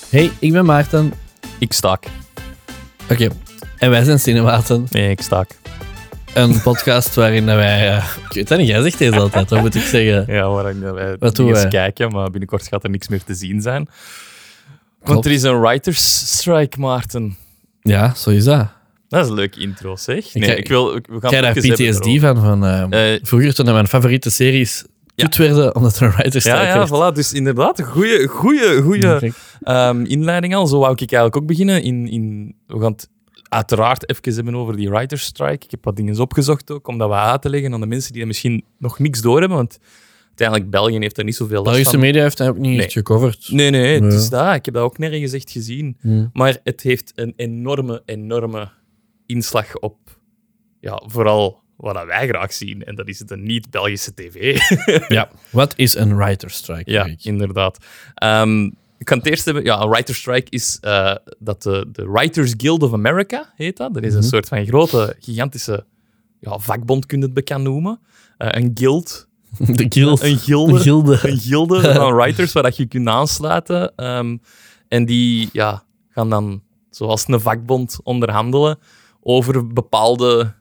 Hey, ik ben Maarten. Ik staak. Oké, en wij zijn Cinematen. Nee, ik staak. Een podcast waarin wij... ik weet dat niet, jij zegt deze altijd, wat moet ik zeggen? Ja, waar wij Wat doen eens wij? kijken, maar binnenkort gaat er niks meer te zien zijn. Klopt. Want er is een writers strike, Maarten. Ja, zo is dat. Dat is een leuke intro, zeg. Ik Nee, krijg- ik wil... We gaan Ik krijg daar het even PTSD hebben van vroeger toen mijn favoriete series Ja. goed werden, omdat er een writer's erover. strike Ja, werd. voilà. Dus inderdaad, een goede inleiding al. Zo wou ik eigenlijk ook beginnen. We gaan het uiteraard even hebben over die writers strike. Ik heb wat dingen opgezocht ook, om dat wat uit te leggen aan de mensen die er misschien nog niks doorhebben. Want uiteindelijk, België heeft er niet zoveel last Belgische van. media heeft dat ook niet Nee. echt gecoverd. Nee, het Ja. is dat. Ik heb dat ook nergens echt gezien. Maar het heeft een enorme inslag op vooral wat wij graag zien. En dat is de niet-Belgische tv. Ja, wat is een writer's strike? Ja, Erik? inderdaad. Ik kan het eerst hebben... Ja, een writer's strike is dat de Writers Guild of America heet dat. Dat is een soort van grote, gigantische vakbond, kun je het bekend noemen. Een guild. De guild. Een gilde. Een gilde. Een gilde van writers waar dat je kunt aansluiten. En die gaan dan, zoals een vakbond, onderhandelen over bepaalde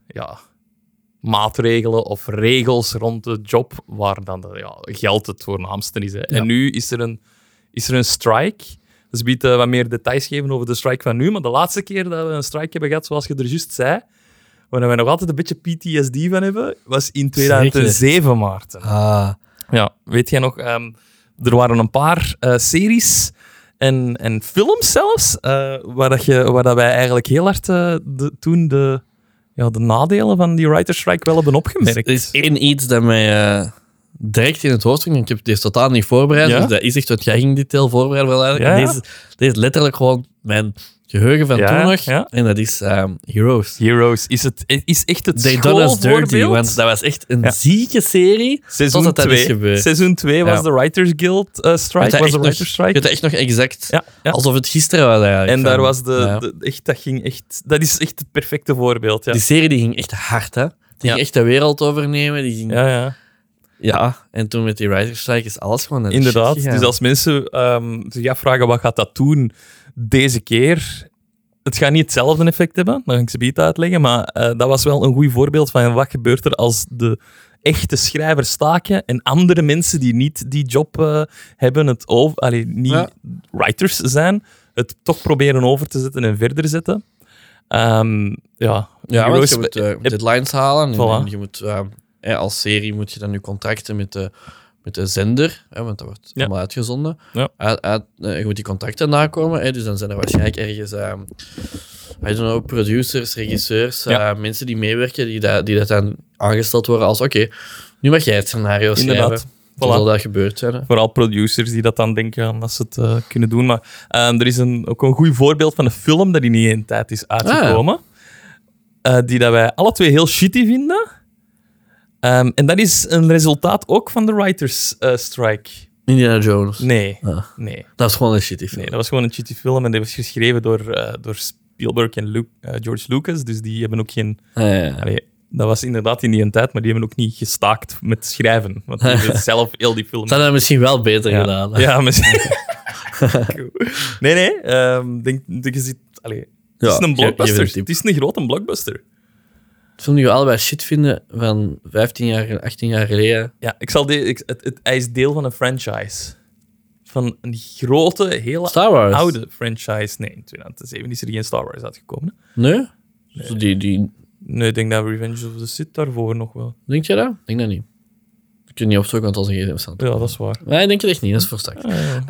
maatregelen of regels rond de job, waar dan geld het voornaamste is. Hè. Ja. En nu is er een strike. Dus biedt wat meer details geven over de strike van nu. Maar de laatste keer dat we een strike hebben gehad, zoals je er juist zei, waar we nog altijd een beetje PTSD van hebben, was in 2007, Maarten. Ah, Ja, weet jij nog, er waren een paar series en films zelfs, waar dat wij eigenlijk heel hard toen de nadelen van die writers strike wel hebben opgemerkt. er is één iets dat mij direct in het hoofd ging. Ik heb deze totaal niet voorbereid, Ja? dus dat is echt wat jij ging dit heel voorbereid wel eigenlijk. Ja, ja. Deze is letterlijk gewoon mijn geheugen van Ja, toen nog. ja. En dat is Heroes. Is echt het They Done Us Dirty, schoolvoorbeeld. want dat was echt een Ja. zieke serie. Seizoen totdat dat is 2. gebeurd. Seizoen 2 was Ja. de Writers Guild strike. Ik weet Was de dat Writers ik strike. weet dat echt nog exact. Ja, ja. Alsof het gisteren was eigenlijk. En daar Van, was ja. dat is echt het perfecte voorbeeld. Ja, Die serie die ging echt hard, hè. Die ging Ja. echt de wereld overnemen. Die ging... ja. Ja, en toen met die writers strike is alles gewoon naar de Inderdaad. shit gegaan. Dus als mensen zich afvragen wat gaat dat doen deze keer, het gaat niet hetzelfde effect hebben, dat ga ik ze beter uitleggen, maar dat was wel een goed voorbeeld van wat gebeurt er als de echte schrijvers staken en andere mensen die niet die job hebben, niet Ja. writers zijn, het toch proberen over te zetten en verder zetten. Ja, want Heroes- je moet deadlines halen. En Voilà. je moet, als serie moet je dan nu contracten met de zender, want dat wordt Ja. allemaal uitgezonden. Ja. Je moet die contracten nakomen, dus dan zijn er waarschijnlijk ergens I don't know, producers, regisseurs, Ja. mensen die meewerken, die dat dan aangesteld worden als oké, nu mag jij het scenario schrijven. Inderdaad. Zo Voilà. zal dat gebeurd zijn. Hè. Vooral producers die dat dan denken aan als ze het kunnen doen. Maar er is ook een goed voorbeeld van een film dat in die ene tijd is uitgekomen. Die dat wij alle twee heel shitty vinden. En dat is een resultaat ook van de writers strike. Indiana Jones. Nee, Ah. nee. Dat is gewoon een shitty film. Nee, dat was gewoon een shitty film en die was geschreven door Spielberg en George Lucas. Dus die hebben ook geen... Ja. Allee, dat was inderdaad in die tijd, maar die hebben ook niet gestaakt met schrijven. Want die hebben zelf heel die film... Dat hadden we misschien wel beter gedaan. Hè. Ja, misschien. Nee. Denk je ziet... Allee, het Ja, is een geef blockbuster. een tip. Het is een grote blockbuster. Film die we allebei shit vinden van 15 jaar, 18 jaar geleden. Ja, hij is deel van een franchise. Van een grote, hele Star Wars. oude franchise. Nee, in 2007 is er geen Star Wars uitgekomen. Hè? Nee? Zo die, Nee, ik denk dat Revenge of the Sith daarvoor nog wel. denk je dat? Ik denk dat niet. Ik kan niet opzoeken, want als een gsm staat. Ja, dat is waar. Nee, ik denk het echt niet. Dat is voor straks.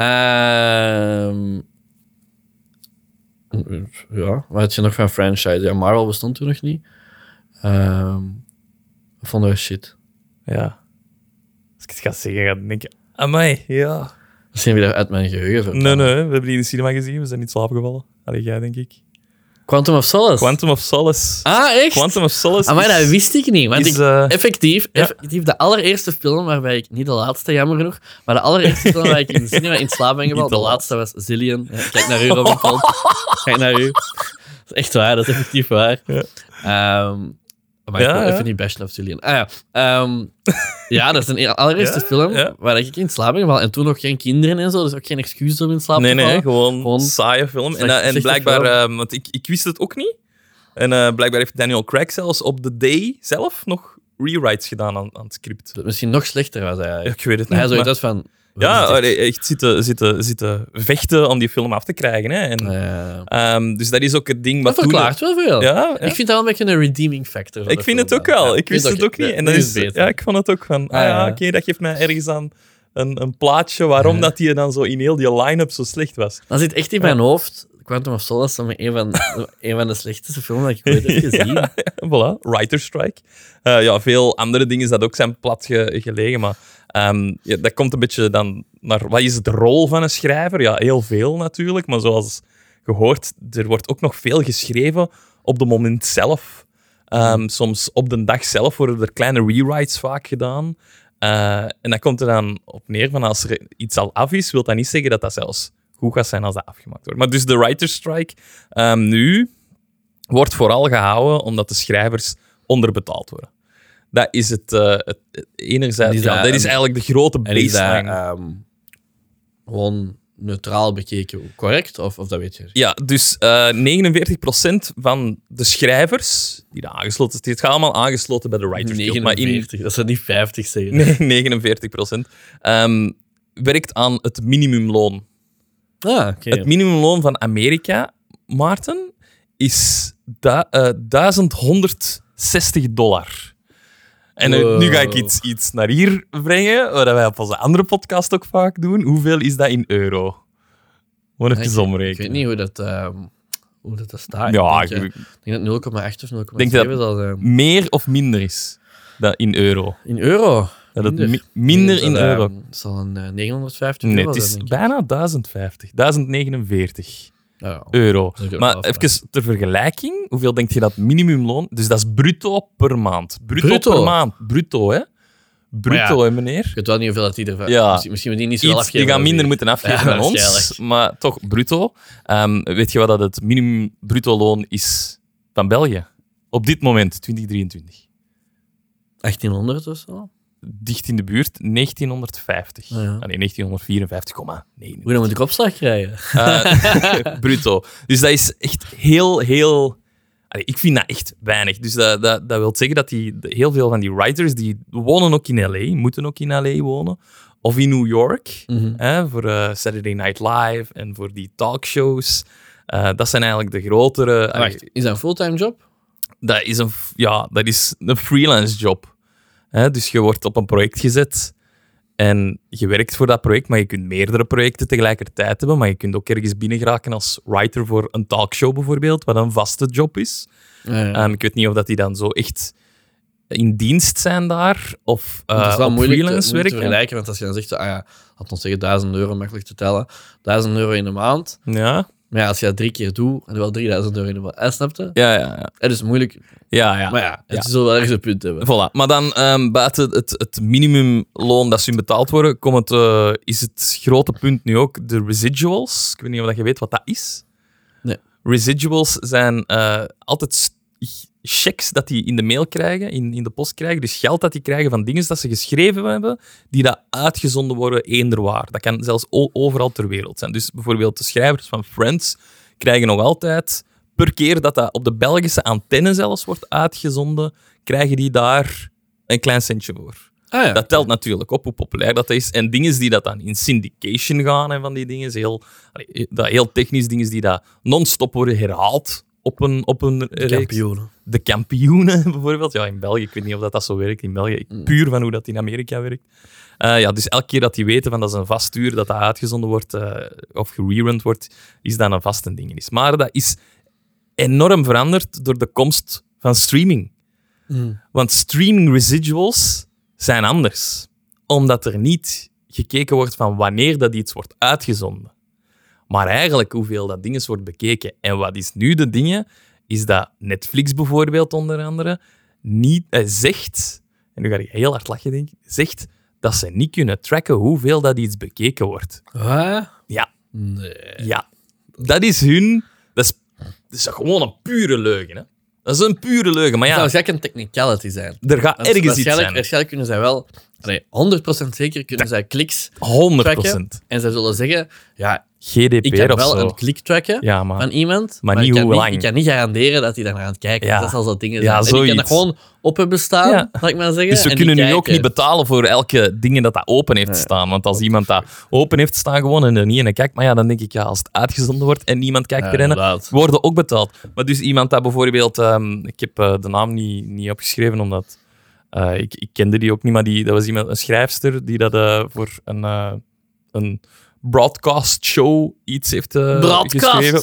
Ja, wat had je nog van franchise? Ja, Marvel bestond toen nog niet. Wat vonden we shit? Ja. Als ik het ga zeggen, ga ik denken... Amai, ja. Misschien weer uit mijn geheugen. vertellen. Nee, we hebben die in de cinema gezien. We zijn niet slaapgevallen. Allee, jij, denk ik. Quantum of Solace. Quantum of Solace. Ah, echt? Quantum of Solace Maar dat is- wist ik niet. Want is, ik, ja. effectief, de allereerste film waarbij ik, niet de laatste, jammer genoeg, maar de allereerste film waar ik in de cinema in slaap ben gevallen, Niet de de laatste was Zillion. Ja, kijk naar u, Robin Font. Kijk naar u. Dat is echt waar, dat is effectief waar. Ja. Maar ik wil even niet bashen of Julian. Ja, dat is een allereerste film waar ik in slaap ben gevallen. En toen nog geen kinderen en zo, dus ook geen excuus om in slaap te vallen. Nee, gewoon saaie film. En blijkbaar, want ik wist het ook niet. En blijkbaar heeft Daniel Craig zelfs op The Day zelf nog rewrites gedaan aan het script. Dat misschien nog slechter was eigenlijk. Ik weet het Maar niet. hij zoiets van... Ja, echt zitten vechten om die film af te krijgen. Hè. En, dus dat is ook het ding. Dat verklaart wel veel. Ja. Ik vind dat wel een beetje een redeeming factor. Ik vind het ook wel. Ik wist het ook niet. En dat is beter. Ja, ik vond het ook van... Oké, dat geeft mij ergens aan een plaatje waarom dat die dan zo in heel die line-up zo slecht was. Dan zit echt in mijn hoofd... Quantum of Solace is een van de slechtste films dat ik ooit heb gezien. Voilà, Writer's Strike. Veel andere dingen dat ook zijn plat gelegen, maar dat komt een beetje dan naar wat is de rol van een schrijver? Ja, heel veel natuurlijk, maar zoals gehoord, er wordt ook nog veel geschreven op het moment zelf. Soms op de dag zelf worden er kleine rewrites vaak gedaan. En dat komt er dan op neer van als er iets al af is, wil dat niet zeggen dat dat zelfs goed gaat zijn als dat afgemaakt wordt. Maar dus de Writer's Strike nu wordt vooral gehouden omdat de schrijvers onderbetaald worden. Dat is het enerzijds... Dat is eigenlijk de grote baseline. En is dat gewoon neutraal bekeken correct? Of dat weet je? Ja, dus 49% van de schrijvers die daar aangesloten zijn, het gaat allemaal aangesloten bij de Writers Guild. 49, dat zou niet 50 zeggen. Nee, 49%. Werkt aan het minimumloon. Okay. Het minimumloon van Amerika, Maarten, is $1160. En nu ga ik iets naar hier brengen, wat wij op onze andere podcast ook vaak doen. Hoeveel is dat in euro? Moet ik eens omrekenen. Ik weet niet hoe dat staat. Ja, ik denk dat 0,8 of 0,7 denk dat meer of minder is dat in euro. In euro? Dat het minder in euro. Het zal een 950 euro Nee, het is zijn, bijna 1050. 1049 ja, euro. Maar even ter vergelijking, hoeveel denk je dat minimumloon... Dus dat is bruto per maand. Bruto per maand. Bruto, hè? Bruto, hè, meneer? Ik weet wel niet hoeveel dat die ervan... Ja. Misschien we die niet zo afgeven. Die gaan minder moeten afgeven dan ons, maar toch bruto. Weet je wat dat het minimum bruto loon is van België? Op dit moment, 2023. 1800 of zo? Dicht in de buurt, 1950. Oh, ja. Nee, 1954,9. Hoe dan moet ik opslag krijgen? Bruto. Dus dat is echt heel... Ik vind dat echt weinig. Dus dat wil zeggen dat heel veel van die writers, die wonen ook in L.A., moeten ook in L.A. wonen. Of in New York, voor Saturday Night Live en voor die talkshows. Dat zijn eigenlijk de grotere... Wacht, is dat een fulltime job? Dat is een freelance job. Dus je wordt op een project gezet en je werkt voor dat project, maar je kunt meerdere projecten tegelijkertijd hebben. Maar je kunt ook ergens binnengeraken als writer voor een talkshow bijvoorbeeld, wat een vaste job is. Ja. Ik weet niet of dat die dan zo echt in dienst zijn daar of het is wel op moeilijk freelance te werken. vergelijken, want als je dan zegt, laat ons zeggen €1000, makkelijk te tellen, €1000 in de maand. Ja. Maar ja, als je dat 3 keer doet, dan wel €3000 in de maand. Snap je? Ja. Het is moeilijk. Ja. Maar het is wel ergens een punt hebben. Voilà. Maar dan buiten het minimumloon dat ze betaald worden, is het grote punt nu ook de residuals. Ik weet niet of je weet wat dat is. Nee. Residuals zijn altijd checks dat die in de mail krijgen, in de post krijgen. Dus geld dat die krijgen van dingen dat ze geschreven hebben, die dat uitgezonden worden eenderwaar. Dat kan zelfs overal ter wereld zijn. Dus bijvoorbeeld de schrijvers van Friends krijgen nog altijd... Per keer dat op de Belgische antenne zelfs wordt uitgezonden, krijgen die daar een klein centje voor. Dat telt natuurlijk op hoe populair dat is. En dingen die dat dan in syndication gaan en van die dingen, heel technisch dingen die dat non-stop worden herhaald op een reeks. Kampioenen. De kampioenen bijvoorbeeld. Ja, in België, ik weet niet of dat zo werkt in België. Puur van hoe dat in Amerika werkt. Dus elke keer dat die weten van dat is een vast uur dat uitgezonden wordt of gererund wordt, is dat een vaste ding. Maar dat is enorm veranderd door de komst van streaming. Want streaming residuals zijn anders. Omdat er niet gekeken wordt van wanneer dat iets wordt uitgezonden. Maar eigenlijk hoeveel dat ding wordt bekeken. En wat is nu de dingen? Is dat Netflix bijvoorbeeld onder andere niet zegt, en nu ga ik heel hard lachen denk ik, zegt dat ze niet kunnen tracken hoeveel dat iets bekeken wordt. Wat? Ja. Nee. Ja. Dat is hun... Dat is gewoon een pure leugen. Hè? Dat is een pure leugen. Maar Het ja, zou zeker een technicality zijn. er gaat Want ergens iets zijn. Waarschijnlijk kunnen zij wel... 100% zeker kunnen zij kliks 100%. tracken. En zij zullen zeggen... Ja, GDPR ik kan of wel zo. een klik tracken Ja, maar... van iemand, Maar niet ik hoe lang. Ik kan niet garanderen dat hij daar naar aan het kijken is. Ja. Dat zal zo'n dingen Ja, zijn. En die kan zoiets. dat gewoon op hebben staan, Ja. laat ik maar zeggen. Dus we en kunnen die nu ook kijken. niet betalen voor elke ding dat open heeft staan. Want als iemand dat open heeft staan gewoon en er niet in kijkt, maar ja, dan denk ik, ja, als het uitgezonden wordt en niemand kijkt erin, inderdaad. worden ook betaald. Maar dus iemand dat bijvoorbeeld... ik heb de naam niet opgeschreven, omdat... ik kende die ook niet, maar dat was iemand, een schrijfster die dat voor een broadcast show iets heeft geschreven.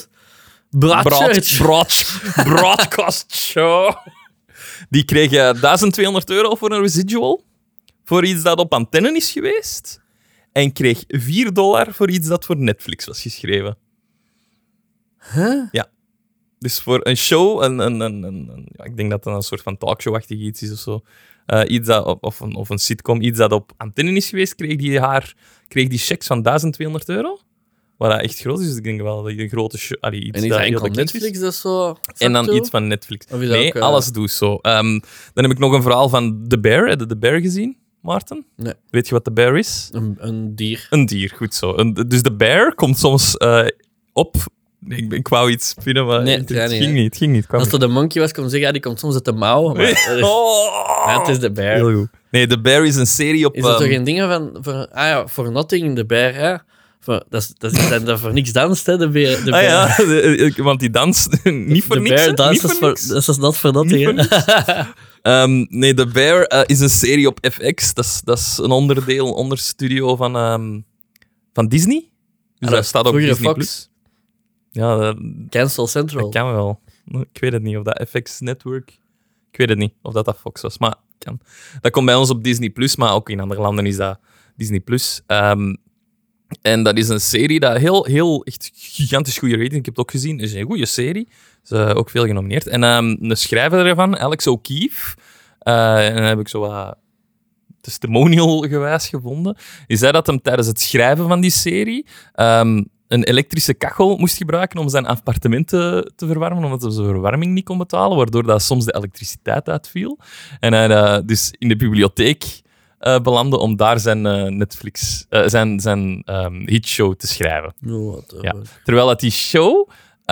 Broadcast show. Die kreeg €1.200 voor een residual. Voor iets dat op antenne is geweest. En kreeg $4 voor iets dat voor Netflix was geschreven. Huh? Ja. Dus voor een show, ik denk dat dat een soort van talkshow-achtig iets is of zo. Iets dat, of een sitcom, iets dat op antenne is geweest, kreeg die checks van €1.200. Wat dat echt groot is. Dus ik denk wel dat je een grote show... iets En is dat dat heel enkel bekend is. Netflix dat zo... En dan facto? iets van Netflix. Of is dat Nee, ook, alles doet zo. Dan heb ik nog een verhaal van The Bear. Heb je The Bear gezien, Maarten? Nee. Weet je wat The Bear is? Een dier. Een dier, goed zo. Dus The Bear komt soms op... Ik wou iets vinden, maar Nee, het ja, ging nee, niet. Het ging niet. Als het de monkey was, kon je zeggen, ja, die komt soms uit de mouw. Maar ja, het is de bear. Heel goed. Nee, The Bear is een serie op... Is dat toch geen dingen van... For Nothing, de bear, hè? Dat is dat voor niks danst, hè, de bear. De bear. ja, want die danst niet voor de niks. bear hè? danst, Niet voor niks. dat is not for nothing, Niet hè? Nee, The Bear is een serie op FX. Dat is een onderstudio van Disney. Dus dat staat op vroeger Disney+. Fox. Ja, dat Cancel Central. kan wel. Ik weet het niet of dat FX Network... Ik weet het niet of dat Fox was, maar kan. Dat komt bij ons op Disney+, maar ook in andere landen is dat Disney+. En dat is een serie dat heel echt gigantisch goede rating. Ik heb het ook gezien. Het is een goede serie. Is ook veel genomineerd. En de schrijver ervan, Alex O'Keefe, en dan heb ik zo wat testimonial-gewijs gevonden, is dat hem tijdens het schrijven van die serie een elektrische kachel moest gebruiken om zijn appartement te verwarmen, omdat hij zijn verwarming niet kon betalen, waardoor dat soms de elektriciteit uitviel. En hij dus in de bibliotheek belandde om daar zijn Netflix, zijn hitshow te schrijven. Oh, what the Ja. fuck. Terwijl dat die show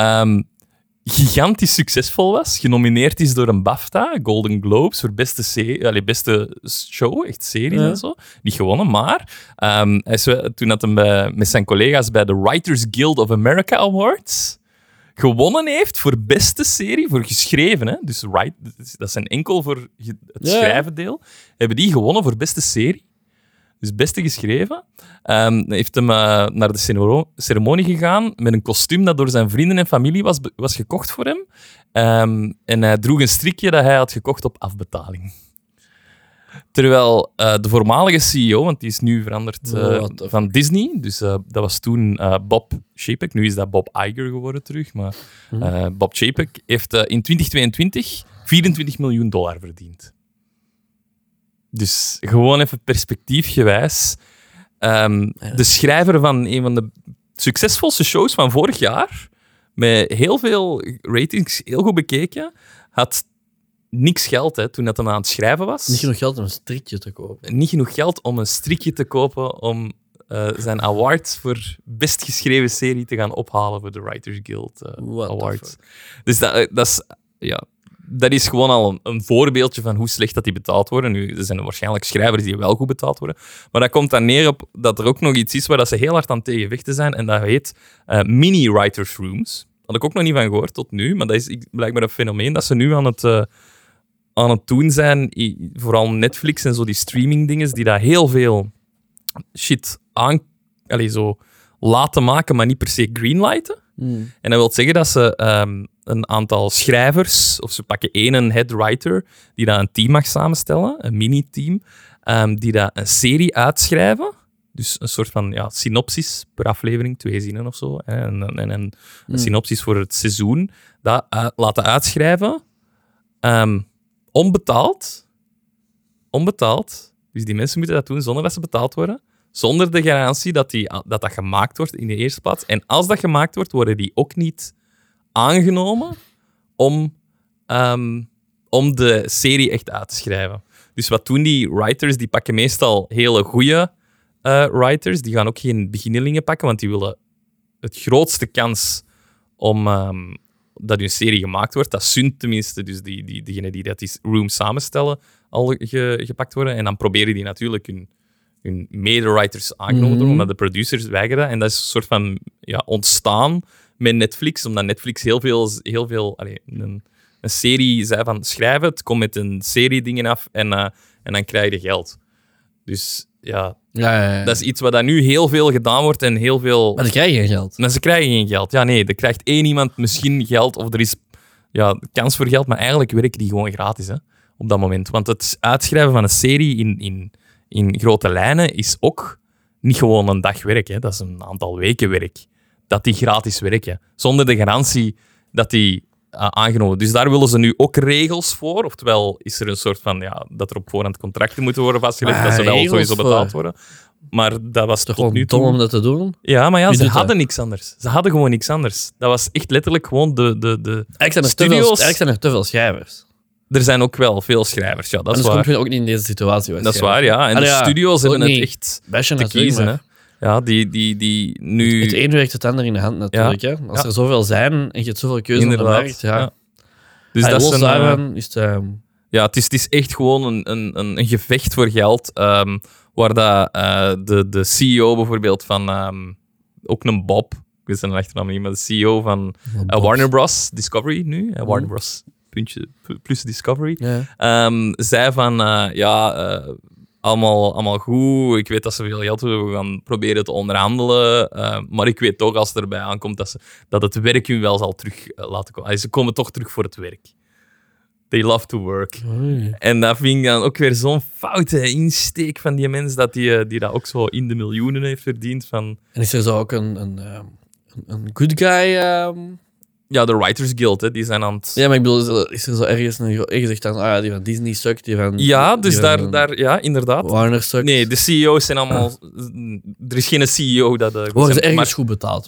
gigantisch succesvol was, genomineerd is door een BAFTA, Golden Globes, voor beste show, echt series Ja. en zo. Niet gewonnen, maar toen had hem met zijn collega's bij de Writers Guild of America Awards gewonnen heeft voor beste serie, voor geschreven. Hè? Dus dat zijn enkel voor het schrijven deel. Hebben die gewonnen voor beste serie. Dus beste geschreven. Heeft hem naar de ceremonie gegaan met een kostuum dat door zijn vrienden en familie was gekocht voor hem. En hij droeg een strikje dat hij had gekocht op afbetaling. Terwijl de voormalige CEO, want die is nu veranderd van Disney, dus dat was toen Bob Chapek, nu is dat Bob Iger geworden terug, maar Bob Chapek heeft in 2022 $24 miljoen verdiend. Dus gewoon even perspectiefgewijs. De schrijver van een van de succesvolste shows van vorig jaar, met heel veel ratings, heel goed bekeken, had niks geld toen dat hij aan het schrijven was. Niet genoeg geld om een strikje te kopen. Niet genoeg geld om een strikje te kopen om zijn award voor best geschreven serie te gaan ophalen voor de Writers Guild Awards. Dus dat is gewoon al een voorbeeldje van hoe slecht dat die betaald worden. Nu, er zijn waarschijnlijk schrijvers die wel goed betaald worden. Maar dat komt dan neer op dat er ook nog iets is waar dat ze heel hard aan tegenvechten zijn. En dat heet mini-writers rooms. Daar had ik ook nog niet van gehoord tot nu. Maar dat is blijkbaar een fenomeen dat ze nu aan het doen zijn. Vooral Netflix en zo die streaming-dinges die daar heel veel shit zo laten maken, maar niet per se greenlighten. En dat wil zeggen dat ze een aantal schrijvers, of ze pakken een head writer, die dat een team mag samenstellen, een mini-team, die dat een serie uitschrijven. Dus een soort van synopsis per aflevering, 2 zinnen of zo. En een synopsis voor het seizoen. Dat laten uitschrijven. Onbetaald. Dus die mensen moeten dat doen zonder dat ze betaald worden. Zonder de garantie dat gemaakt wordt in de eerste plaats. En als dat gemaakt wordt, worden die ook niet aangenomen om om de serie echt uit te schrijven. Dus wat doen die writers? Die pakken meestal hele goede writers. Die gaan ook geen beginnelingen pakken, want die willen het grootste kans om dat hun serie gemaakt wordt. Dat sunt tenminste, dus diegenen die dat die room samenstellen, al gepakt worden. En dan proberen die natuurlijk hun mede-writers aangenomen te worden, omdat de producers weigeren. En dat is een soort van ontstaan met Netflix, omdat Netflix heel veel een serie zei van schrijf het, kom met een serie dingen af en dan krijg je geld. Dus ja. Dat is iets wat nu heel veel gedaan wordt en heel veel... Maar ze krijgen geen geld. Maar ze krijgen geen geld. Ja, nee, er krijgt één iemand misschien geld of er is kans voor geld, maar eigenlijk werken die gewoon gratis op dat moment. Want het uitschrijven van een serie in grote lijnen is ook niet gewoon een dag werk. Hè. Dat is een aantal weken werk. Dat die gratis werken. Zonder de garantie dat die aangenomen. Dus daar willen ze nu ook regels voor. Oftewel is er een soort van dat er op voorhand contracten moeten worden vastgelegd, dat ze wel sowieso betaald worden. Maar dat was toch tot nu toe... dom om dat te doen? Ja, maar ze hadden niks anders. Ze hadden gewoon niks anders. Dat was echt letterlijk gewoon de Eigenlijk zijn er te veel schrijvers. Er zijn ook wel veel schrijvers, ja, dat is waar. Komt je ook niet in deze situatie. Dat is waar, ja. En de studio's hebben het echt te kiezen, hè. Ja, die nu... Het een werkt het ander in de hand natuurlijk. Hè? Als er zoveel zijn en je hebt zoveel keuze op de markt. Ja. Dus dat is daarvan is het... Ja, het is echt gewoon een gevecht voor geld. Waar de CEO bijvoorbeeld van... ook een Bob, ik weet zijn achternaam niet, maar de CEO van Warner Bros. Discovery nu. Warner Bros. Plus Discovery. Zei van... Allemaal goed. Ik weet dat ze veel geld hebben. We gaan proberen te onderhandelen. Maar ik weet toch, als het erbij aankomt, dat het werk hun wel zal terug laten komen. Ze komen toch terug voor het werk. They love to work. En dat vind ik dan ook weer zo'n foute insteek van die mens, dat die dat ook zo in de miljoenen heeft verdiend. Van... En is er zo ook een good guy... Ja, de Writers Guild, hè, die zijn aan het... Ja, maar ik bedoel, is er zo ergens gezegd dan, die van Disney sukt, die van... Ja, dus daar ja, inderdaad. Warner sukt. Nee, de CEO's zijn allemaal... Er is geen CEO dat... Worden ze ergens goed betaald?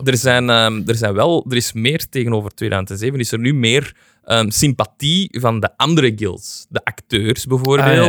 Er is meer tegenover 2007, is er nu meer sympathie van de andere guilds. De acteurs bijvoorbeeld,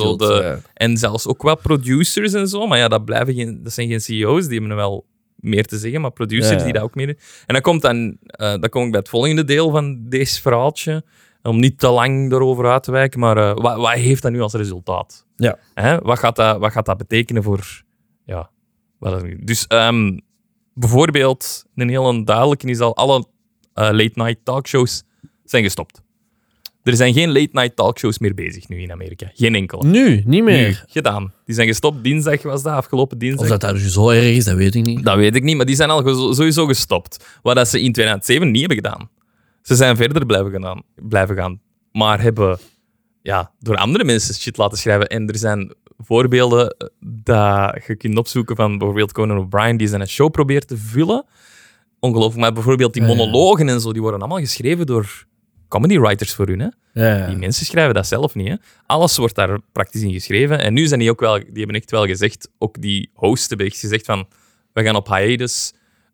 en zelfs ook wel producers en zo, maar ja, dat zijn geen CEO's, die hebben wel... meer te zeggen, maar producers die dat ook meer... En dan kom ik bij het volgende deel van deze verhaaltje, om niet te lang erover uit te wijken, maar wat heeft dat nu als resultaat? Ja. Wat gaat dat betekenen voor... Ja, wat dat nu... Dus bijvoorbeeld, een heel duidelijke is al, alle late-night talkshows zijn gestopt. Er zijn geen late-night talkshows meer bezig nu in Amerika. Geen enkele. Nu? Niet meer? Nu, gedaan. Die zijn gestopt. Dinsdag was dat, afgelopen dinsdag. Of dat daar dus zo erg is, dat weet ik niet. Dat weet ik niet, maar die zijn al sowieso gestopt. Wat dat ze in 2007 niet hebben gedaan. Ze zijn verder blijven gaan. Maar hebben door andere mensen shit laten schrijven. En er zijn voorbeelden dat je kunt opzoeken van bijvoorbeeld Conan O'Brien, die zijn show probeert te vullen. Ongelooflijk. Maar bijvoorbeeld die monologen en zo, die worden allemaal geschreven door... comedy writers voor hun, hè? Ja. Die mensen schrijven dat zelf niet, hè? Alles wordt daar praktisch in geschreven. En nu zijn die hebben echt wel gezegd, ook die hosts hebben echt gezegd van, we gaan op hiatus,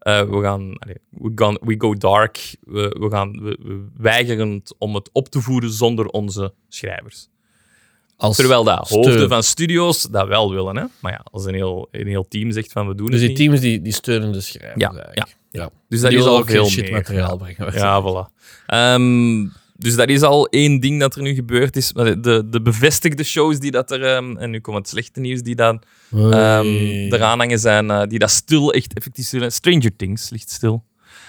we go dark, we weigeren om het op te voeren zonder onze schrijvers. Terwijl dat hoofden van studio's dat wel willen, hè? Maar ja, als een heel team zegt van, we doen het niet. Dus die teams die steunen de schrijvers Ja. Dus dat is al veel meer. Materiaal brengen. Ja, voilà. Dus dat is al één ding dat er nu gebeurd is. De bevestigde shows die dat er... en nu komt het slechte nieuws die dan eraan hangen zijn. Die dat stil, echt effectief stil... Stranger Things ligt stil.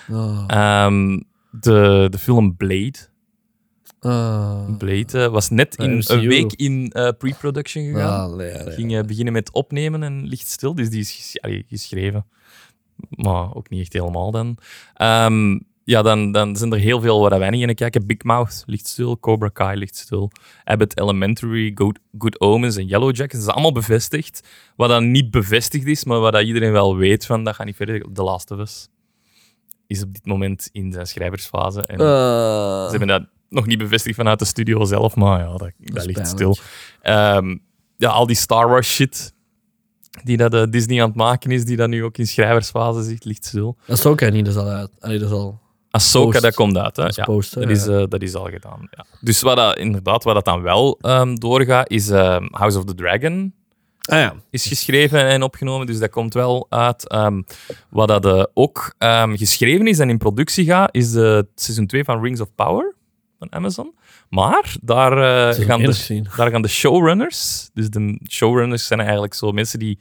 De film Blade. Blade was net een week in pre-production gegaan. Ging beginnen met opnemen en ligt stil. Dus die is geschreven. Maar ook niet echt helemaal dan. Dan zijn er heel veel waar wij niet in kijken. Big Mouth ligt stil, Cobra Kai ligt stil, Abbott Elementary, Good Omens en Yellow Jackets. Dat is allemaal bevestigd. Wat dan niet bevestigd is, maar wat dat iedereen wel weet van, dat gaat niet verder. The Last of Us is op dit moment in zijn schrijversfase. En ze hebben dat nog niet bevestigd vanuit de studio zelf, maar ja, dat ligt stil. Al die Star Wars shit die dat Disney aan het maken is, die dat nu ook in schrijversfase zit, ligt stil. Dat is ook niet, dat is al uit. Dat is al... Ahsoka, Post. dat komt uit. Hè? Als Ja, poster, dat is al gedaan. Ja. Dus wat dat dan wel doorgaat, is House of the Dragon Ah ja. is geschreven en opgenomen. Dus dat komt wel uit. Wat dat ook geschreven is en in productie gaat, is de seizoen 2 van Rings of Power van Amazon. Maar daar gaan de showrunners, dus de showrunners zijn eigenlijk zo mensen die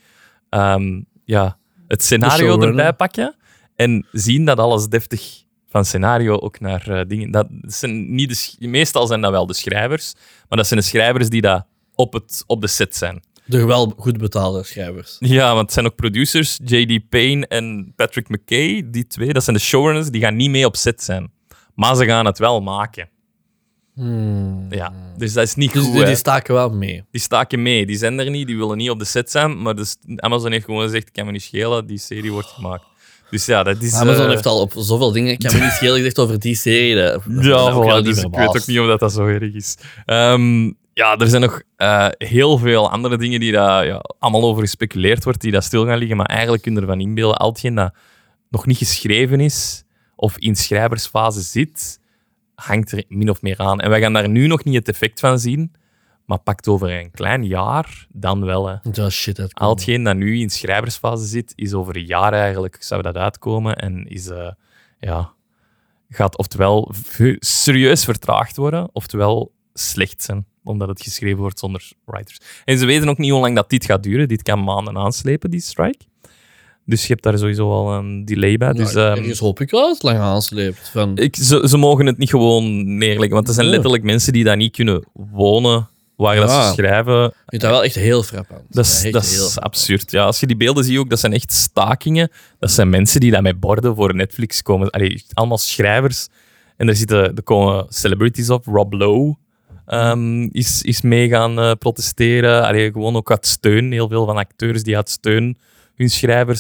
het scenario erbij pakken en zien dat alles deftig van scenario ook naar dingen. Dat zijn niet meestal zijn dat wel de schrijvers, maar dat zijn de schrijvers die dat op de set zijn. De wel goed betaalde schrijvers. Ja, want het zijn ook producers, J.D. Payne en Patrick McKay, die twee, dat zijn de showrunners, die gaan niet mee op set zijn. Maar ze gaan het wel maken. Ja, dus dat is niet goed. Dus die staken wel mee. Die staken mee, die zijn er niet, die willen niet op de set zijn, maar dus Amazon heeft gewoon gezegd, ik kan me niet schelen, die serie wordt gemaakt. Dus ja, dat is... Amazon heeft al op zoveel dingen, ik kan me niet schelen gezegd over die serie. Dus ik weet ook niet of dat zo erg is. Ja, er zijn nog heel veel andere dingen die daar allemaal over gespeculeerd wordt, die daar stil gaan liggen, maar eigenlijk kun je ervan inbeelden, al hetgeen dat nog niet geschreven is, of in schrijversfase zit, hangt er min of meer aan. En wij gaan daar nu nog niet het effect van zien, maar pakt over een klein jaar dan wel. Hè. Dat is shit uitkomen. Al hetgeen dat nu in schrijversfase zit, is over een jaar eigenlijk, zou dat uitkomen en is, gaat oftewel serieus vertraagd worden, oftewel slecht zijn, omdat het geschreven wordt zonder writers. En ze weten ook niet hoe lang dat dit gaat duren. Dit kan maanden aanslepen, die strike. Dus je hebt daar sowieso al een delay bij. Dus, ergens hoop ik wel dat het lang aansleept. Ze mogen het niet gewoon neerleggen, want er zijn letterlijk mensen die daar niet kunnen wonen waar dat ze schrijven. Ik vind dat wel echt heel frappant. Dat is absurd. Ja, als je die beelden ziet ook, dat zijn echt stakingen. Dat zijn mensen die daar met borden voor Netflix komen. Allemaal schrijvers. En er komen celebrities op. Rob Lowe is mee gaan protesteren. Gewoon ook uit steun. Heel veel van acteurs die uit steun hun schrijvers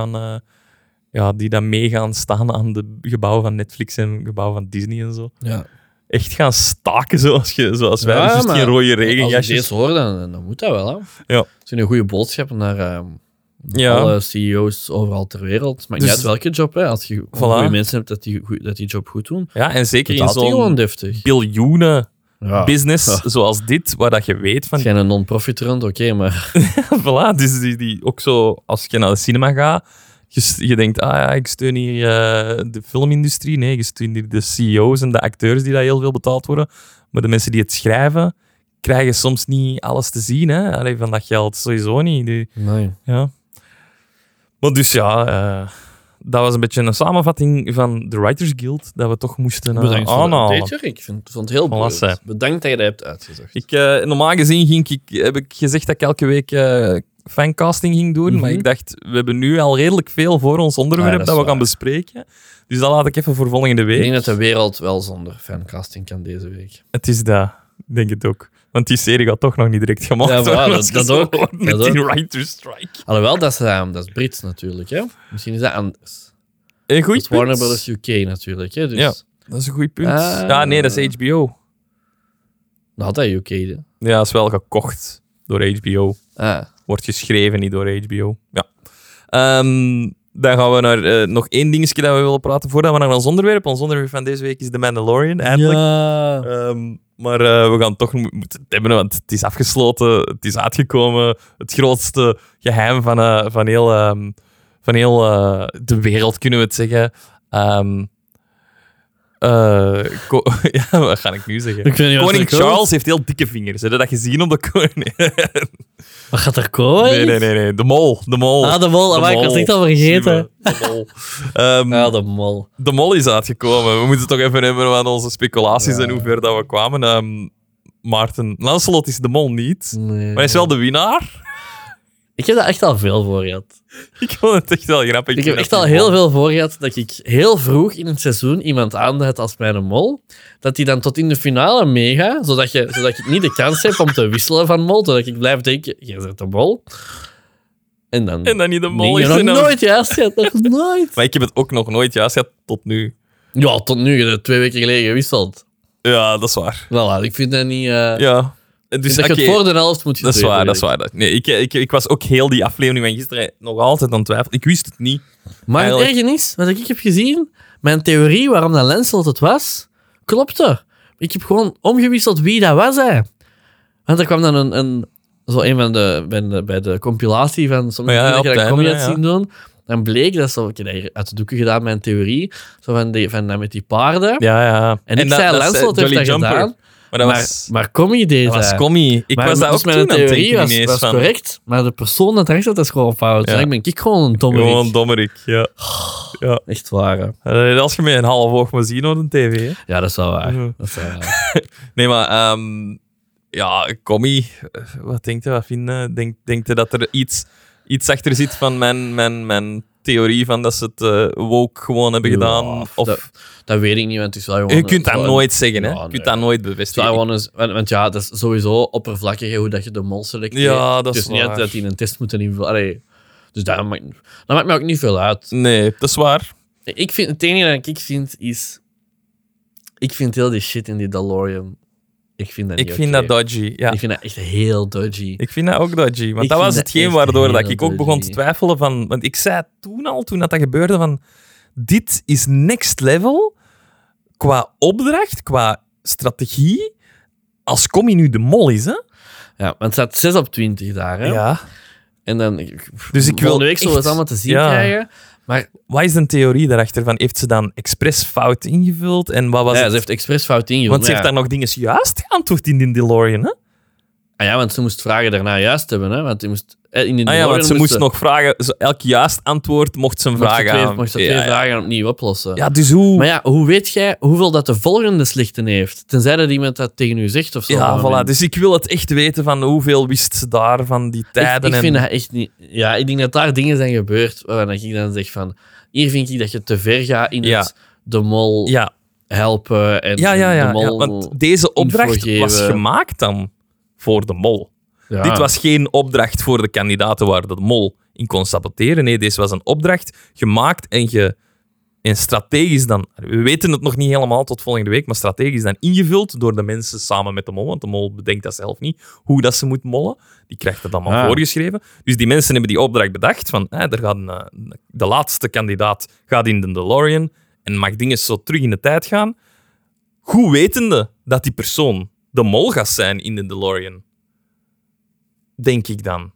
die dan mee gaan staan aan de gebouwen van Netflix en gebouwen van Disney en zo. Ja. Echt gaan staken zoals wij. Dus juist geen rode regenjasjes. Als je deze hoort, dan moet dat wel. Hè. Ja. Het is een goede boodschap naar alle CEO's overal ter wereld. Maar niet uit welke job. Hè. Als je goede mensen hebt dat die job goed doen, ja, en zeker in zo'n zo'n biljoenen business zoals dit, waar dat je weet van... Het is geen non-profit rond, oké, maar... Voilà, dus die ook zo, als je naar de cinema gaat, je denkt, ik steun hier de filmindustrie. Nee, je steunt hier de CEO's en de acteurs die daar heel veel betaald worden. Maar de mensen die het schrijven, krijgen soms niet alles te zien. Hè? Van dat geld sowieso niet. Nee. Ja. Maar dus dat was een beetje een samenvatting van de Writers Guild, dat we toch moesten aanhalen. Ik vond het heel boeiend. Bedankt dat je dat hebt uitgezocht. Normaal gezien heb ik gezegd dat ik elke week fancasting ging doen, maar ik dacht, we hebben nu al redelijk veel voor ons onderwerp dat we gaan bespreken. Dus dat laat ik even voor volgende week. Ik denk dat de wereld wel zonder fancasting kan deze week. Het is dat, denk ik ook. Want die serie gaat toch nog niet direct gemaakt worden. Dat ook. Met die writer's strike. Alhoewel, dat is Brits natuurlijk. Hè? Misschien is dat anders. Een goed punt. Warner Brothers UK natuurlijk. Hè? Dus... Ja, dat is een goed punt. Nee, dat is HBO. Nou, dat UK. Hè? Ja, dat is wel gekocht door HBO. Wordt geschreven, niet door HBO. Ja. Dan gaan we naar nog één dingetje dat we willen praten voordat we naar ons onderwerp. Ons onderwerp van deze week is The Mandalorian, eindelijk. Ja. Maar we gaan toch moeten het hebben, want het is afgesloten. Het is uitgekomen. Het grootste geheim van heel de wereld, kunnen we het zeggen. Wat ga ik nu zeggen? Koning Charles heeft heel dikke vingers. Heb je dat gezien op de koning? Wat gaat er komen? Nee. De mol. De mol. Maar ik was echt al vergeten. De mol. De mol. De mol is uitgekomen. We moeten het toch even hebben van onze speculaties en hoe ver dat we kwamen. Maarten Lancelot is de mol niet. Nee. Maar hij is wel de winnaar. Ik heb daar echt al veel voor gehad. Ik vond het echt wel grappig. Ik heb echt al heel veel voor gehad dat ik heel vroeg in het seizoen iemand aanduid als mijn mol. Dat die dan tot in de finale meegaat, zodat ik niet de kans heb om te wisselen van mol. Zodat ik blijf denken, jij bent de mol. En dan niet de mol. Nee, nog nooit juist gehad. Nog nooit. Maar ik heb het ook nog nooit juist gehad tot nu. Ja, tot nu. Je hebt 2 weken geleden gewisseld. Ja, dat is waar. Voilà, ik vind dat niet... Ja. Dus dat je het voor de helft moet je dat is waar. Nee, ik was ook heel die aflevering van gisteren nog altijd aan het twijfelen. Ik wist het niet. Maar het erge is, wat ik heb gezien, mijn theorie waarom dat Lancelot het was, klopte. Ik heb gewoon omgewisseld wie dat was, hè. Want er kwam dan een van bij de compilatie van sommige dingen dat je comedy had zien doen. Dan bleek dat zo, ik heb dat hier uit de doeken gedaan, mijn theorie, zo van dat met die paarden. Ja. En ik zei, Lancelot heeft dat gedaan. Maar Commie deed dat. was Commie. Ik was dat ook toen mijn theorie aan het was correct, maar de persoon dat erachter zat is gewoon fout. Ja. Dan ben ik gewoon een dommerik. Gewoon dommerik, ja. Echt waar, hè. Als je met een half oog moet zien op de tv, hè. Ja, dat is wel waar. Dat is wel waar. Nee, maar... Commie, wat denkt je? Wat vind je? Denkt je dat er iets achter zit van mijn theorie van dat ze het woke gewoon hebben gedaan? Of... Dat weet ik niet, want het is wel gewoon... Je kunt dat nooit zeggen, hè? Ja, Je kunt dat nooit bevestigen. Want ja, dat is sowieso oppervlakkig hoe dat je de mol selecteert. Ja, dat is dus niet waar. dat die een test moeten invullen. Allee, dus dat maakt me ook niet veel uit. Nee, dat is waar. Het enige dat ik vind is... Ik vind heel die shit in die DeLorean... Ik vind dat niet vind dat dodgy, ja. Ik vind dat echt heel dodgy. Ik vind dat ook dodgy. Want Ik dat was vind hetgeen dat waardoor echt dat ik ook heel begon te dodgy. twijfelen van... Want ik zei toen dat gebeurde van... Dit is next level qua opdracht, qua strategie. Als Commie nu de mol is, hè? Ja, want het staat 6 op 20 daar, hè. Ja. En dan... Dus ik wil volgende week zullen we echt- het allemaal te zien ja. krijgen. Maar Wat is de theorie daarachter? Van, heeft ze dan expres fout ingevuld? En wat was ja, het? ze heeft expres fout ingevuld. Want ze maar heeft daar nog dingen juist geantwoord in die DeLorean, hè? ja, want ze moest vragen daarna juist hebben, hè. Want die moest... In de Want ze moest nog vragen... Elk juist antwoord mocht ze een vraag aan. Mocht ze twee vragen opnieuw oplossen. Ja, dus hoe... Maar ja, hoe weet jij hoeveel dat de volgende slechten heeft? Tenzij dat iemand dat tegen u zegt of zo. Ja, Maar voilà. Dus ik wil het echt weten van hoeveel wist ze daar van die tijden. ik vind dat echt niet... Ja, ik denk dat daar dingen zijn gebeurd waarvan ik dan zeg van... Hier vind ik dat je te ver gaat in Ja. het de mol Ja, helpen en ja. de mol... Want deze opdracht info was geven. gemaakt dan voor de mol. Ja. Dit was geen opdracht voor de kandidaten waar de mol in kon saboteren. Nee, deze was een opdracht gemaakt en strategisch dan... We weten het nog niet helemaal tot volgende week, maar strategisch dan ingevuld door de mensen samen met de mol. Want de mol bedenkt dat zelf niet, hoe dat ze moet mollen. Die krijgt het allemaal voorgeschreven. Dus die mensen hebben die opdracht bedacht van er gaat de laatste kandidaat gaat in de DeLorean en mag dingen zo terug in de tijd gaan. Goed wetende dat die persoon de mol gaat zijn in de DeLorean. Denk ik dan.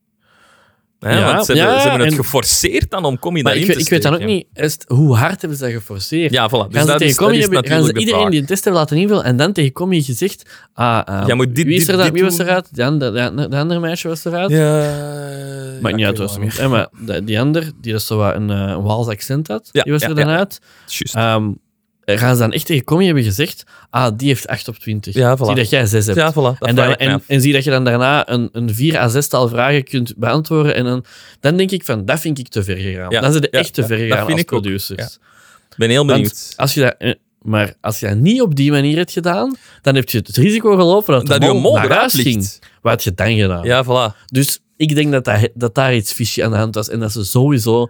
Want ze hebben het geforceerd dan om Commie Maar daarin te ik weet dan ook steken. niet, hoe hard hebben ze dat geforceerd? Ja, voilà. Dus Gaan ze, dat tegen is Commie gaan ze natuurlijk de iedereen vraag. die een test heeft laten invullen en dan tegen Commie gezegd... Ja, moet dit- wie is er dit- dan? Wie was dit eruit? De andere meisje was eruit? Maakt niet uit, was niet. niet. Maar die ander, die dus zo wat een Waals accent had, Ja, die was ja, er dan ja. uit. Juist. Gaan ze dan echt tegen Commie hebben gezegd, die heeft 8 op 20. Ja, voilà. Zie dat jij 6 hebt. Ja, voilà. Dat En, vraag dan, ik me af. en zie dat je dan daarna een 4 à 6-tal vragen kunt beantwoorden. En dan denk ik van, dat vind ik te ver gegaan. Ja, Dan zijn ze ja, echt te ver ja, gegaan dat vind als ik ook. producers. Ik ben heel benieuwd. Want als je dat niet op die manier hebt gedaan, dan heb je het risico gelopen dat de je mol naar eruit huis ging. ligt. Wat had je dan gedaan? Ja, voilà. Dus ik denk dat daar iets fishy aan de hand was. En dat ze sowieso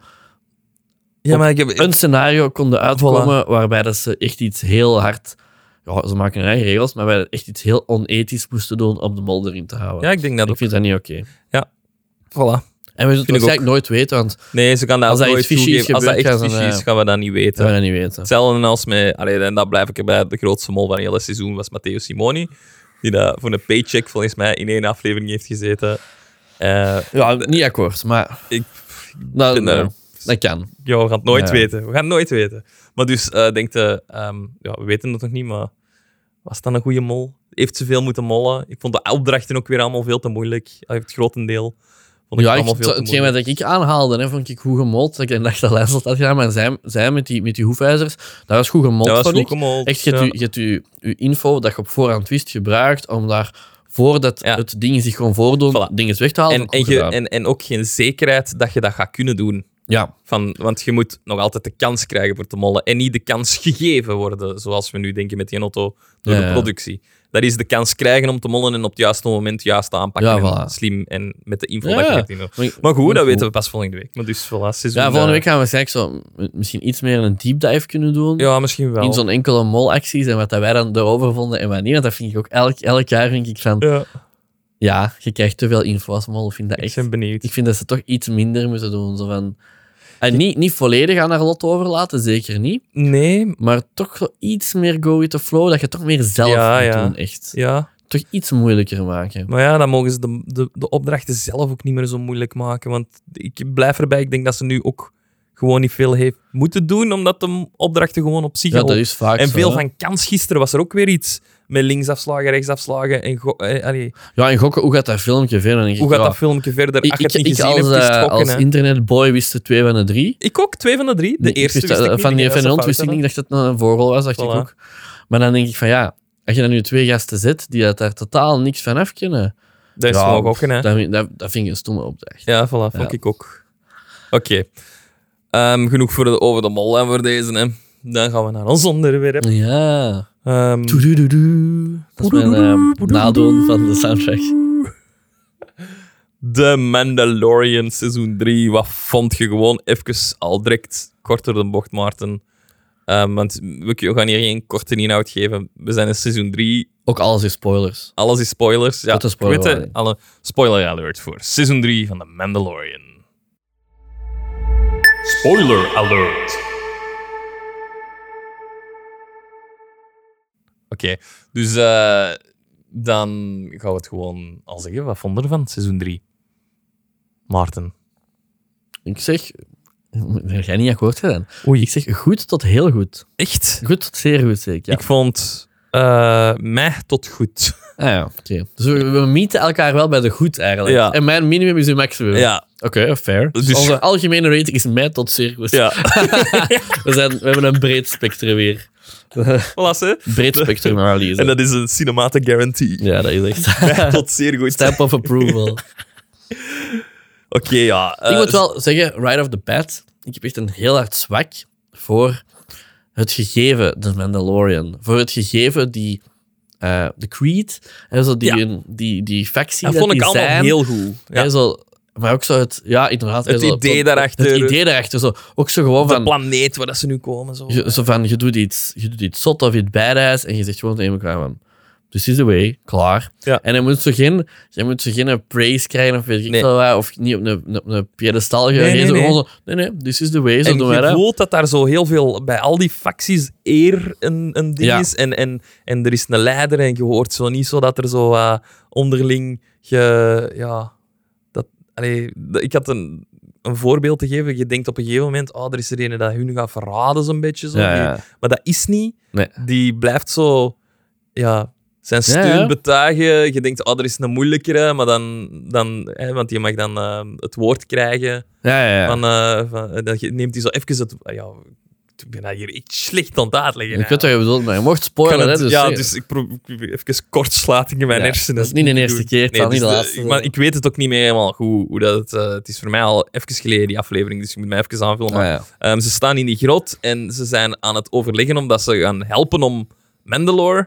Ja, maar ik heb... een scenario konden uitkomen waarbij dat ze echt iets heel hard... Ja, ze maken hun eigen regels, maar waarbij ze echt iets heel onethisch moesten doen om de mol erin te houden. Ja, ik denk dat Ik ook. vind dat niet oké. Voilà. En we zullen het Vind ik waarschijnlijk nooit weten, want Nee, ze kan dat Als ook dat nooit iets fishy is toegeven. Als dat gebeurd, echt gaan ze fishy is, gaan we dat niet we weten. gaan dat niet weten. Hetzelfde als met... en dat blijf ik erbij. De grootste mol van het hele seizoen was Matteo Simoni. Die dat voor een paycheck volgens mij in 1 aflevering heeft gezeten. Ja, niet akkoord, maar Ik nou, vind dat- dat kan. Ja, we gaan het nooit Ja. weten. We gaan het nooit weten. Maar dus, denkt we weten het nog niet, maar was dat een goede mol? Heeft ze veel moeten mollen? Ik vond de opdrachten ook weer allemaal veel te moeilijk. Het grotendeel vond ik Ja, allemaal veel te hetgeen moeilijk. wat ik aanhaalde, hè, vond ik goed gemold. Dat ik dacht dat Lancelot had gedaan, maar zij met die hoefijzers, dat was goed gemold, Dat was vond goed ik. gemold. Echt, je hebt je info dat je op voorhand wist gebruikt om daar, voordat Ja. het dingen zich gewoon voordoen, Voilà. dingen weg te halen. En, Goed gedaan. en ook geen zekerheid dat je dat gaat kunnen doen. Ja, Want je moet nog altijd de kans krijgen voor te mollen en niet de kans gegeven worden, zoals we nu denken met die auto door Ja, de ja. productie. Dat is de kans krijgen om te mollen en op het juiste moment juist te aanpakken. Ja, En voilà. slim en met de info Ja, dat je ja. hebt. Maar goed, dat weten we pas volgende week. Maar dus, voilà, seizoen, Ja, volgende week gaan we waarschijnlijk zo misschien iets meer een deep dive kunnen doen. Ja, misschien wel. In zo'n enkele molacties en wat dat wij dan erover vonden en wat niet. Want dat vind ik ook elk jaar vind ik van... Ja, Ja, je krijgt te veel info als mol. Ik vind dat ik echt... ben benieuwd. Ik vind dat ze toch iets minder moeten doen. Zo van... En niet volledig aan haar lot overlaten, zeker niet. Nee. Maar toch zo iets meer go with the flow, dat je toch meer zelf moet doen, echt. Ja. Toch iets moeilijker maken. Maar ja, dan mogen ze de opdrachten zelf ook niet meer zo moeilijk maken. Want ik blijf erbij, ik denk dat ze nu ook gewoon niet veel heeft moeten doen, omdat de opdrachten gewoon op zich Ja, al... dat is vaak En zo, veel hè. van kans gisteren was er ook weer iets met linksafslagen, rechtsafslagen. En Ja, en gokken, hoe gaat dat filmpje verder? Dan denk ik, hoe gaat ja, dat filmpje verder? Als je het niet ik gezien hebt, is het gokken. als Hè. internetboy wist de 2 van de 3. Ik ook, 2 van de 3. De eerste Ik wist ik niet. van die dat ze F1 fout wist ik hadden. niet dat het een voorrol was, dacht ik Voilà. ook. Maar dan denk ik van ja, als je dan nu 2 gasten zet die het daar totaal niks van af kunnen, Dat is ja, gewoon gokken, hè. dat vind ik een stomme opdracht. Ja, voilà, vond ik ook. Oké. Genoeg voor over de mol en voor deze, hè. Dan gaan we naar ons onderwerp. Ja. Ehm, Toedoedoedoe. Dat is mijn nadoen van de soundtrack. The Mandalorian seizoen 3. Wat vond je gewoon even al direct kort door de bocht, Maarten? Want we gaan hier geen korte inhoud geven. We zijn in seizoen 3. Ook alles is spoilers. Alles is spoilers. Ja, Grote spoiler ik weet warning. alle spoiler alert voor seizoen 3 van The Mandalorian. Spoiler alert. Oké, dus dan gaan we het gewoon al zeggen. Wat vond je ervan, seizoen 3? Maarten. Ik zeg, daar ga je niet akkoord gedaan. Oei. Ik zeg goed tot heel goed. Echt? Goed tot zeer goed, zeg ik. Ja. Ik vond mij tot goed. Ah ja, oké. Dus we meeten elkaar wel bij de goed eigenlijk. Ja. En mijn minimum is uw maximum. Ja. Oké, fair. Dus Dus- onze algemene rating is mij tot zeer goed. Ja. We hebben een breed spectrum weer. Voilà, hè? Breed spectrum analyse. En dat is een cinematic guarantee. Ja, dat is echt. Mij tot zeer goed. Stamp of approval. Oké, ja. Ik moet wel zeggen, right off the bat, ik heb echt een heel hard zwak voor het gegeven The Mandalorian. Voor het gegeven die de Creed, en zo die factie Dat vond ik die allemaal zijn, heel goed. Ja. hè, zo, maar ook zo het... Ja, inderdaad. Het hè, zo, idee zo- daarachter. Het idee daarachter. Zo, ook zo gewoon De van... planeet waar dat ze nu komen. Zo. Je doet iets zot of iets badass en je zegt gewoon tegen elkaar van... This is the way, klaar. Ja. En je moet zo geen praise krijgen of weet ik Nee. veel wat, of niet op een piedestal gaan. Nee, Zo nee. gewoon zo, nee, this is the way, zo En doen wij je dat. voelt dat daar zo heel veel... Bij al die facties eer een ding Ja. is. En er is een leider en je hoort zo niet zo dat er zo onderling... ik had een voorbeeld te geven. Je denkt op een gegeven moment... er is er een dat hun gaat verraden zo'n beetje. Zo. Ja, ja. Maar dat is niet. Nee. Die blijft zo... zijn steun Ja, ja. betuigen. Je denkt, er is een moeilijkere, maar dan want die mag dan het woord krijgen. Ja. Dan neemt hij zo even het... ik ben dat hier echt slecht aan het uitleggen. Ik weet wat je bedoelt, maar je mocht Kan spoilen, het- hè. Dus, dus ik probeer even kortsluiting in mijn Ja, hersenen. dat is niet de eerste keer, het zal niet de laatste Maar zijn. ik weet het ook niet meer helemaal goed hoe dat het is voor mij al even geleden, die aflevering, dus je moet mij even aanvullen. Maar, ja. ze staan in die grot en ze zijn aan het overleggen omdat ze gaan helpen om Mandalore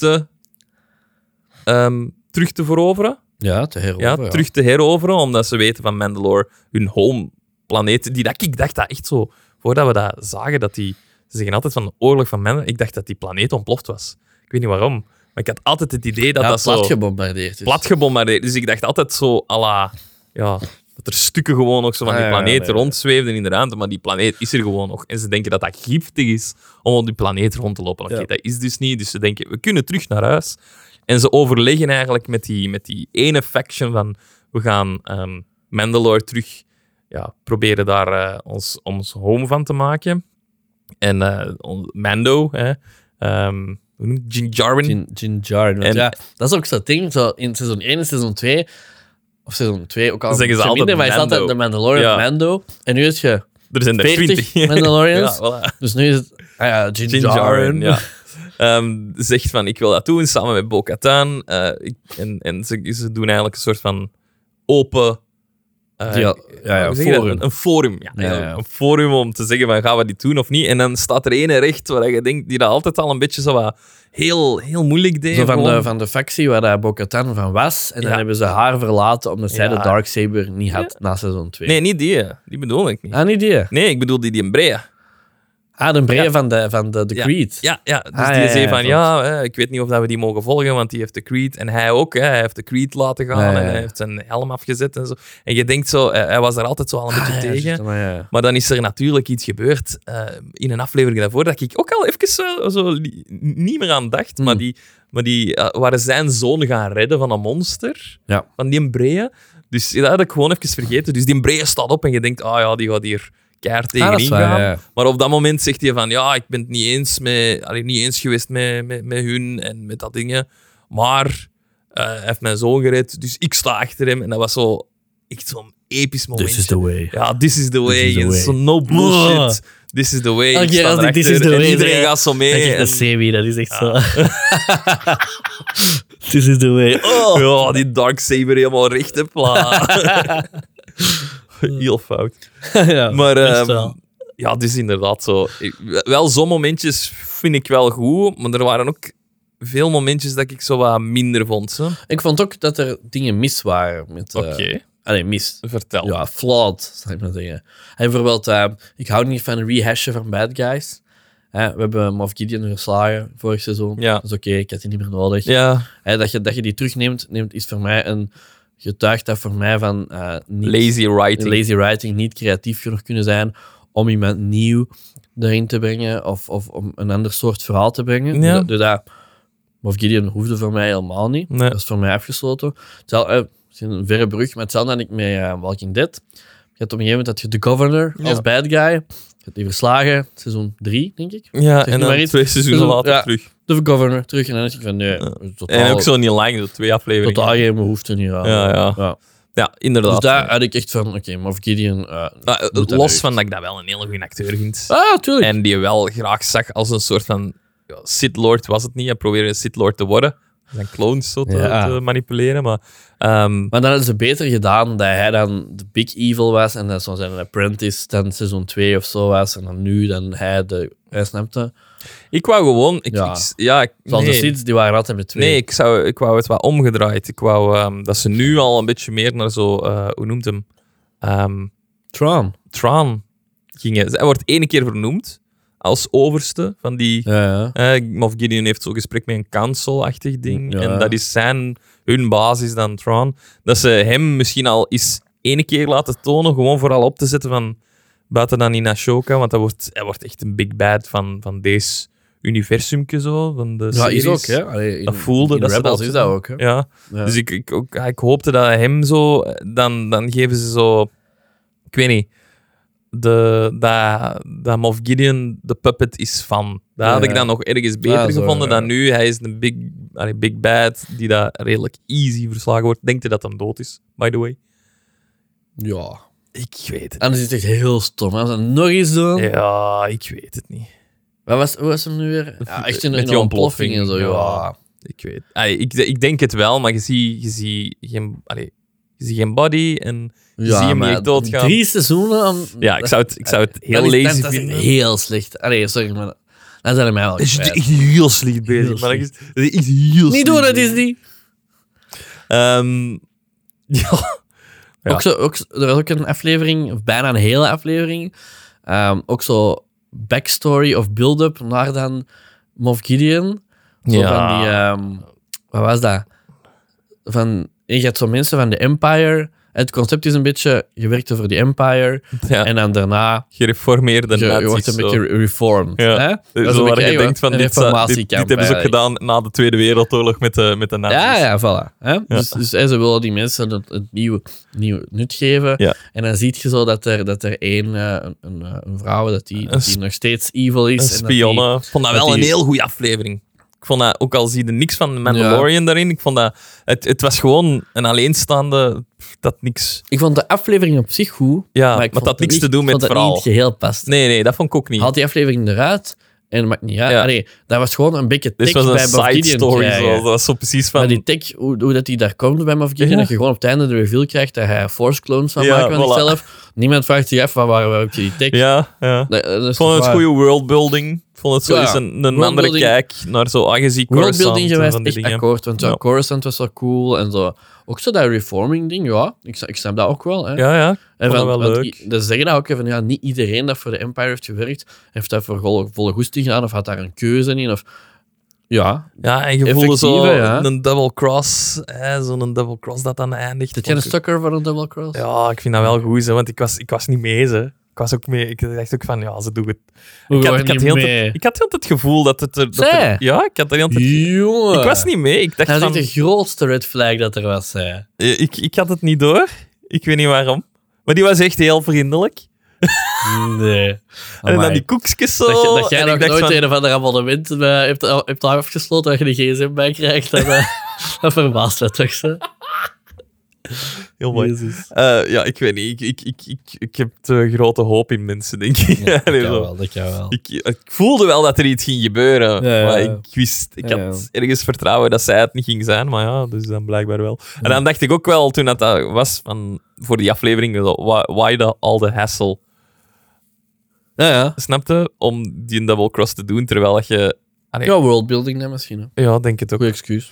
terug te veroveren. Ja, te heroveren. Ja, terug te heroveren, omdat ze weten van Mandalore, hun home planeet. Ik dacht dat echt zo, voordat we dat zagen, dat die... Ze zeggen altijd van de oorlog van Mandalore. Ik dacht dat die planeet ontploft was. Ik weet niet waarom. Maar ik had altijd het idee dat dat plat zo... gebombardeerd is. Plat gebombardeerd. Dus ik dacht altijd zo, dat er stukken gewoon nog zo van die Ja, planeet nee. rondzweefden in de ruimte, maar die planeet is er gewoon nog. En ze denken dat dat giftig is om op die planeet rond te lopen. Oké, Ja. dat is dus niet. Dus ze denken, we kunnen terug naar huis. En ze overleggen eigenlijk met die ene faction van, we gaan Mandalore terug proberen daar ons home van te maken. En Mando, hè, hoe noem je het? Din Djarin. Din Djarin. En- Ja, dat is ook zo'n ding. Zo in seizoen 1 en seizoen 2... Of seizoen 2, ook al Dan zeggen ze ietsje altijd minder, maar is Mando. altijd de Mandalorian Ja. Mando. En nu is je Er zijn er 40 20. Mandalorians. Ja, voilà. Dus nu is het... Din Din Djarin. Djarin, ja. Zegt van, ik wil dat doen, samen met Bo-Katan. En ze doen eigenlijk een soort van open... hoe zeg je dat? forum. Een forum, ja. Ja. Een forum om te zeggen van, gaan we dit doen of niet? En dan staat er ene recht waar je denkt, die dat altijd al een beetje zo wat heel, heel moeilijk deed. Zo gewoon. van de factie waar daar Bo-Katan van was. En dan Ja. hebben ze haar verlaten omdat zij Ja. de Darksaber niet had na seizoen 2. Nee, niet die. Die bedoel ik niet. Ah, niet die. Nee, ik bedoel die in Brea. De Brea van de Creed. Ja. Dus die zei van, klopt. ik weet niet of dat we die mogen volgen, want die heeft de Creed. En hij ook, hij heeft de Creed laten gaan en hij heeft zijn helm afgezet en zo. En je denkt zo, hij was daar altijd zo al een beetje tegen. Maar dan is er natuurlijk iets gebeurd in een aflevering daarvoor, dat ik ook al even zo niet meer aan dacht. Maar die waren zijn zoon gaan redden van een monster, van die Brea. Dus dat had ik gewoon even vergeten. Dus die Brea staat op en je denkt, die gaat hier keihard tegenin gaan. Ja. Maar op dat moment zegt hij van, ik ben het niet eens geweest met hun en met dat dingen. Maar hij heeft mijn zoon gered, dus ik sta achter hem. En dat was zo echt zo'n episch moment. This is the way. Ja, this is the way. So no bullshit. This is the way. Ik sta erachter this is the way, en iedereen gaat zo mee. En... de dat is echt zo... This is the way. Ja, die Darksaber helemaal recht op. Heel fout. Maar het is inderdaad zo. Wel, zo'n momentjes vind ik wel goed, maar er waren ook veel momentjes dat ik zo wat minder vond. Zo. Ik vond ook dat er dingen mis waren. Oké. Mis. Vertel. Ja, flawed, zou ik maar zeggen. En bijvoorbeeld, ik hou niet van rehashen van bad guys. We hebben Moff Gideon verslagen vorig seizoen. Ja. Dat is oké, ik had die niet meer nodig. Ja. Dat je die terugneemt, is voor mij een... getuigt dat voor mij van niet, lazy writing, niet creatief genoeg kunnen zijn om iemand nieuw erin te brengen of om een ander soort verhaal te brengen. Ja. Dus dat Moff Gideon hoefde voor mij helemaal niet. Nee. Dat is voor mij afgesloten. Misschien een verre brug, maar hetzelfde had ik met Walking Dead. Je had op een gegeven moment dat je de Governor als bad guy. Je hebt die verslagen, seizoen 3, denk ik. Ja, en dan 2 seizoenen later terug. De Governor terug. En dan dacht ik van, nee, totaal... En ook zo niet lang, zo 2 afleveringen. Totaal geen behoefte niet aan. Ja, inderdaad. Dus daar had ik echt van, oké, Moff Gideon... los van dat ik dat wel een hele goede acteur vind. Tuurlijk. En die wel graag zag als een soort van... Sith Lord was het niet. Hij probeerde een Sith Lord te worden. Zijn clones zo te manipuleren. Maar dan hadden ze beter gedaan dat hij dan de big evil was en dat zo zijn apprentice dan seizoen 2 of zo was. En dan nu dan hij snapte. Ik wou gewoon... Zoals de Sith, die waren altijd met 2. Nee, ik wou het wat omgedraaid. Ik wou dat ze nu al een beetje meer naar zo... hoe noemt hem? Thrawn gingen. Hij wordt 1 keer vernoemd als overste van die... Moff Gideon heeft zo'n gesprek met een council-achtig ding. Ja. En dat is hun basis dan Thrawn. Dat ze hem misschien al eens 1 keer laten tonen, gewoon vooral op te zetten van... Buiten dan in Ashoka, want hij wordt echt een big bad van deze universumke zo, van de series. Ja, is ook, hè. Dat voelde in dat Rebels is dat ook, hè. Ja. Dus ik hoopte dat hem zo... Dan geven ze zo... Ik weet niet... Dat Moff Gideon de puppet is van. Dat had ik dan nog ergens beter gevonden dan nu. Hij is een big bad die dat redelijk easy verslagen wordt. Denkt je dat hij dood is, by the way? Ja. Ik weet het. En dat is echt heel stom. Als ze nog eens doen... Ja, ik weet het niet. Hoe was hem nu weer? Ja, echt in een ontploffing en zo. Ja. Ik weet. Ik denk het wel, maar je ziet geen body en je ziet hem niet doodgaan. 3 seizoenen... Ja, ik zou het heel lazy vinden. Dat is heel slecht. Sorry, maar... Dat zijn mij wel. Dat is echt heel slecht bezig. Maar dat is echt heel niet doen, dat is niet. Ja. Er was ook een aflevering, of bijna een hele aflevering, ook zo backstory of build-up naar dan Moff Gideon. Zo van die... wat was dat? Je hebt zo mensen van de Empire. Het concept is een beetje, je werkte voor de Empire en dan daarna... Gereformeerde nazi's. Je wordt een beetje reformed. Ja. Hè? Zo waar je denkt van, dit hebben ze ook gedaan na de Tweede Wereldoorlog met de nazi's. Ja, voilà. Hè? Ja. Dus ze willen die mensen het nieuw nut geven. Ja. En dan zie je zo dat er een vrouw, dat die nog steeds evil is. Een spionne. Ik vond dat wel een heel goede aflevering. Ik vond dat, ook al zie je niks van de Mandalorian daarin, ik vond dat... Het was gewoon een alleenstaande... Dat niks... Ik vond de aflevering op zich goed. Ja, maar dat had niks te doen met het verhaal. Dat niet geheel past. Nee, dat vond ik ook niet. Haal die aflevering eruit en dat maakt niet uit. Ja. Dat was gewoon een beetje tech bij Moff Gideon. Side story. Dat was zo precies van... Maar die tech, hoe dat die daar komt bij Moff Gideon, dat je gewoon op het einde de reveal krijgt dat hij Force clones van maken van zichzelf. Niemand vraagt zich af, waar heb je die tech? Ja. Ik vond het goede worldbuilding. Ik vond het zo eens een andere Worldbuilding- kijk naar zo aangezien Coruscant Worldbuilding en geweest, van die echt dingen. akkoord. Want Ja. Coruscant was wel cool en zo. Ook zo dat reforming ding, ja. Ik snap dat ook wel. Hè. Ja, ik En vond dat wel leuk. Dat zeggen dat ook even, ja, niet iedereen dat voor de Empire heeft gewerkt, heeft dat voor volle goesting gedaan of had daar een keuze in. Of, ja, Ja, en je voelde zo Effectieve, ja. een double cross, zo'n double cross dat dan eindigt. zit jij een sucker voor een double cross? Ja, ik vind dat wel goed, hè, want ik was niet mee. Hè. Ik was ook mee. Ik dacht ook van, ja, ze doen het. Hoe Ik ga had, je ik, had niet heel mee? tijd, ik had heel tijd het gevoel dat het er... Zij? Ja, ik had er heel tijd... Jongen. Ik was niet mee. Ik dacht Dat is van... echt de grootste red flag dat er was. Hè. Ik had het niet door. Ik weet niet waarom. Maar die was echt heel vriendelijk. Nee. En dan Amai. die koekjes zo. Dat jij en nog ik dacht nooit van, een of ander abonnement hebt afgesloten dat je de gsm bij krijgt. Dat verbaast me toch zo. heel mooi. Jezus. Ja, ik weet niet. Ik heb te grote hoop in mensen, denk ik. Ja, Allee, dat kan zo. wel, dat kan wel. Ik voelde wel dat er iets ging gebeuren. Ja, ja. Maar ik wist... Ik Ja, had ergens vertrouwen dat zij het niet ging zijn. Maar ja, dus dan blijkbaar wel. En dan dacht ik ook wel, toen dat was, van, voor die aflevering, zo, why all the hassle? Ja. Snapte? Om die double cross te doen, terwijl dat je... Allee, Ja, worldbuilding dan misschien. Hè. ja, denk het ook. Goed excuus.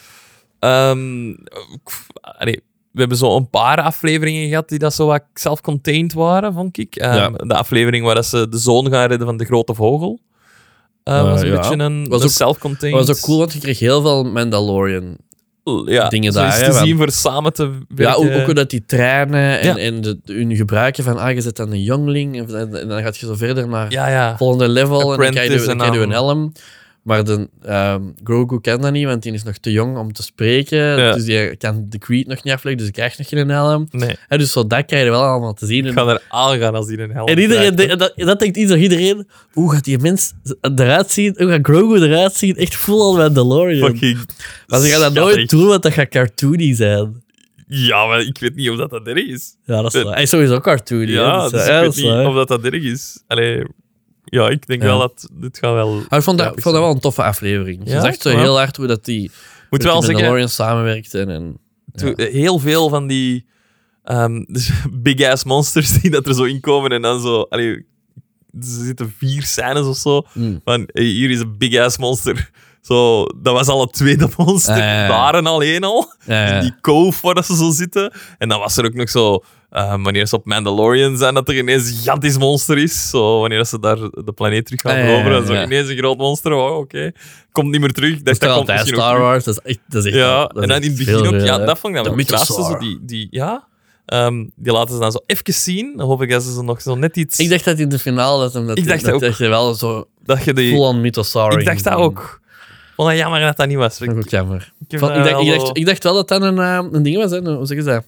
We hebben zo een paar afleveringen gehad die dat zo wat self-contained waren, vond ik. Ja. De aflevering waar dat ze de zoon gaan redden van de grote vogel. Was een ja. beetje een Was ook- self-contained. Dat was ook cool, want je kreeg heel veel Mandalorian. ja, dingen zo daar, is hè, te want- zien voor samen te Ja, werken. ook hoe dat die treinen en, Ja. en hun gebruiken van, je zet dan een youngling en dan gaat je zo verder naar Ja. het volgende level en dan krijg je, Apprentice dan krijg je en een helm. Maar Grogu kent dat niet, want die is nog te jong om te spreken. Ja. Dus die kan de Creed nog niet afleggen, dus die krijgt nog geen helm. Nee, En dus zo dat krijg je wel allemaal te zien. ik ga er aangaan als die een helm En iedereen, krijgt. dat denkt iedereen, hoe gaat die mens eruit zien? Hoe gaat Grogu eruit zien? Echt full on Mandalorian. Fucking Maar ze gaan dat schattig. nooit doen, want dat gaat cartoony zijn. Ja, maar ik weet niet of dat erg is. Ja, dat is waar. Hij is sowieso cartoony. Ja, hè, dus ik ja, weet dat is niet waar. of dat erg is. Allee, ja, ik denk Ja. wel dat dit gaat wel... Maar ik vond dat wel een toffe aflevering. Je Ja, zag zo ja. heel hard hoe dat die Moet wel zeggen, Mandalorian samenwerkten. En, heel veel van die dus big-ass monsters die dat er zo in komen en dan zo... Allee, er zitten 4 scènes of zo. Van, hey, hier is een big-ass monster. Zo, dat was al het tweede monster. Daar en alleen al. In die cove waar dat ze zo zitten. En dan was er ook nog zo... wanneer ze op Mandalorian zijn, dat er ineens een gigantisch monster is. Zo, wanneer ze daar de planeet terug gaan veroveren. En zo ineens een groot monster. Oh, oké. Komt niet meer terug. dat is komt altijd misschien ook Star terug. Wars. Dat is echt Ja, dat is en dan echt in het veel begin ook, veel, ja, hè. dat vond ik dan De wel het graafste. Zo Mythosaur. Die laten ze dan zo even zien. Dan hoop ik dat ze nog zo net iets... Ik dacht dat in de finale Ik dacht ook. dat je wel zo dat je die... full-on Mythosaur Ik dacht dat ook. Ik vond het jammer dat dat niet was. Dat is ook jammer. heb Van- dat wel- Ik dacht wel dat dat een ding was. Hè. Hoe zeggen ze dat?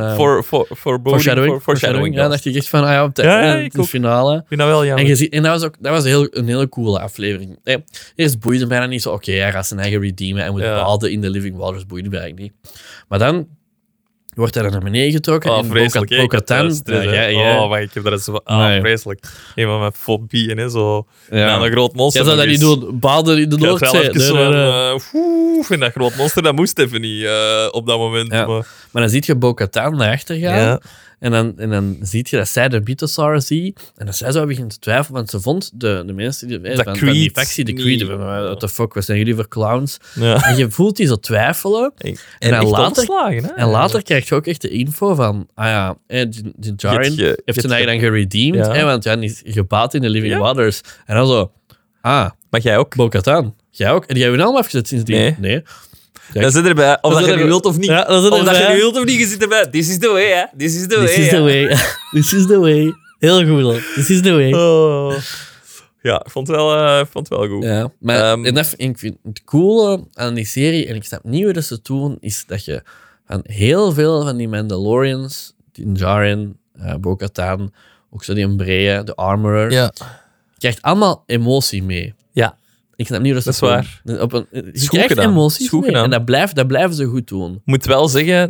Foreshadowing. Ja, dan dacht ik echt van, op de, Ja, in ik de ook. finale. Ik vind dat wel En, jammer. je ziet, en dat was een hele coole aflevering. Eerst boeide mij dat niet zo. Oké, hij gaat zijn eigen redeemen en moet baden in de Living Waters. Boeide mij eigenlijk niet. Maar dan wordt hij er naar beneden getrokken. Oh, en vreselijk. hè. Ik had Bo-Katan... stress, Ja, hè. ja. Oh, maar ik heb dat zo... Nee. vreselijk. Een van mijn fobieën, hè. Zo... Ja. Na een groot monster. Jij zou dat nog niet eens. doen. Baden in de Ik had wel Noordzee. even Nee. zo'n... vind dat groot monster, dat moest even niet op dat moment. Ja. Maar, Maar dan zie je Bo-Katan naar achter gaan. ja. En dan zie je dat zij de Mythosaur ziet. En dat zij zo begint te twijfelen. Want ze vond de mensen die, van die Creed factie, de niet- Creed, what the fuck, wat zijn jullie voor clowns? Ja. En je voelt die zo twijfelen. En dan echt later- ontslagen, hè. En later krijg je ook echt de info van... die Jaren Je- heeft zijn eigen dan geredeemed. Ja. Want die is gebaat in de Living Ja. Waters. En dan zo... Maar jij ook? Bo-Katan. Jij ook? En die hebben we allemaal afgezet sindsdien? Nee. Ja, Dat zit erbij. Of dat dat je zit nu er- wilt of niet. Ja, dat zit Of dat je erbij. nu wilt of niet, je zit erbij. This is the way, hè. This is the way. This is the hè. way. This is the way. Heel goed, hoor. This is the way. Oh. Ja, ik vond het wel goed. Ja, maar Ehm, ik vind het coole aan die serie, en ik snap niet hoe dat ze het doen, is dat je van heel veel van die Mandalorians, die Jaren, Bo-Katan, ook zo die Umbrea, de Armorer, Ja. je krijgt allemaal emotie mee. Ja. Ik snap niet hoe dat ze Dat is het doen. Je goed krijgt gedaan. emoties Is goed mee. gedaan. En dat blijven ze goed doen. Ik moet wel zeggen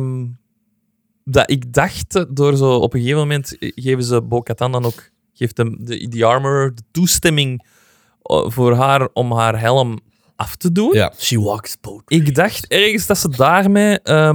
dat ik dacht, door zo op een gegeven moment geven ze Bo-Katan dan ook, geeft hem die armor de toestemming voor haar om haar helm af te doen. Ja. She walks both. Ik dacht ergens dat ze daarmee,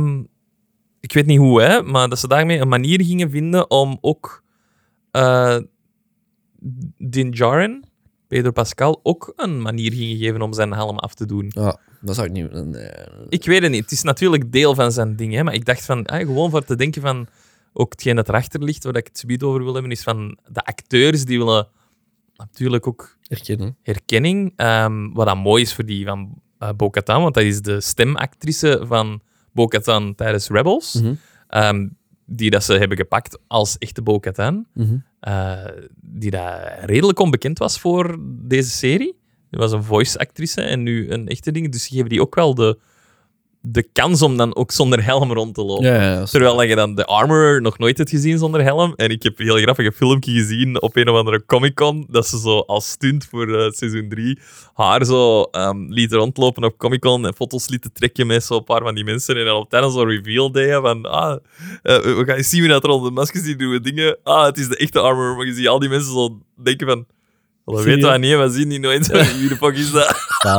ik weet niet hoe, hè, maar dat ze daarmee een manier gingen vinden om ook Din Djarin, ik Pedro Pascal ook een manier gingen geven om zijn helm af te doen. Ja, dat zou ik niet... Nee. Ik weet het niet. Het is natuurlijk deel van zijn ding, hè, maar ik dacht van, gewoon voor te denken van, ook hetgeen dat erachter ligt, waar ik het subiet over wil hebben, is van de acteurs die willen natuurlijk ook herkenning. Wat dan mooi is voor die van Bo-Katan, want dat is de stemactrice van Bo-Katan tijdens Rebels. Mm-hmm. Die dat ze hebben gepakt als echte Bo-Katan. Mm-hmm. Die dat redelijk onbekend was voor deze serie. Die was een voice-actrice en nu een echte ding. Dus ze geven die ook wel de kans om dan ook zonder helm rond te lopen. Ja, Terwijl je dan de Armor nog nooit hebt gezien zonder helm. En ik heb een heel grappig filmpje gezien op een of andere Comic-Con, dat ze zo als stunt voor seizoen 3 haar zo lieten rondlopen op Comic-Con en foto's lieten trekken met zo'n paar van die mensen. En dan op tijdens zo'n reveal day van we gaan zien wie dat er onder de maskers die doen dingen. Het is de echte Armor. Maar je ziet al die mensen zo denken van we weten wat niet, we zien die nooit. Wie de fuck is dat?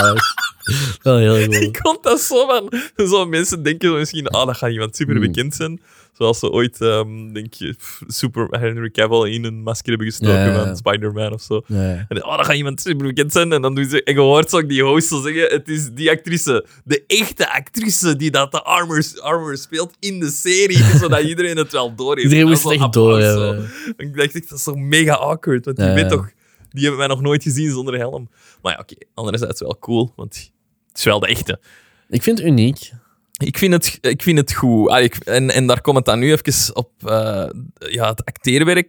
Wel heel goed. Ik vond dat zo van... Zo mensen denken zo misschien... dat gaat iemand super bekend zijn. Zoals ze ooit, denk je, super Henry Cavill in een masker hebben gestoken van Spider-Man of zo. Ja. En dan gaat iemand super bekend zijn. En dan doen ze... En je hoort zo ook die host zo zeggen... Het is die actrice. De echte actrice die dat de Armor speelt in de serie. Zodat iedereen het wel door heeft. Iedereen moest het echt door hebben. Ik dacht echt, dat is toch mega awkward. Want die weet toch... Die hebben wij nog nooit gezien zonder helm. Maar ja, oké. Anderzijds wel cool, want het is wel de echte. Ik vind het uniek. Ik vind het goed. En daar komt het dan nu even op het acteerwerk.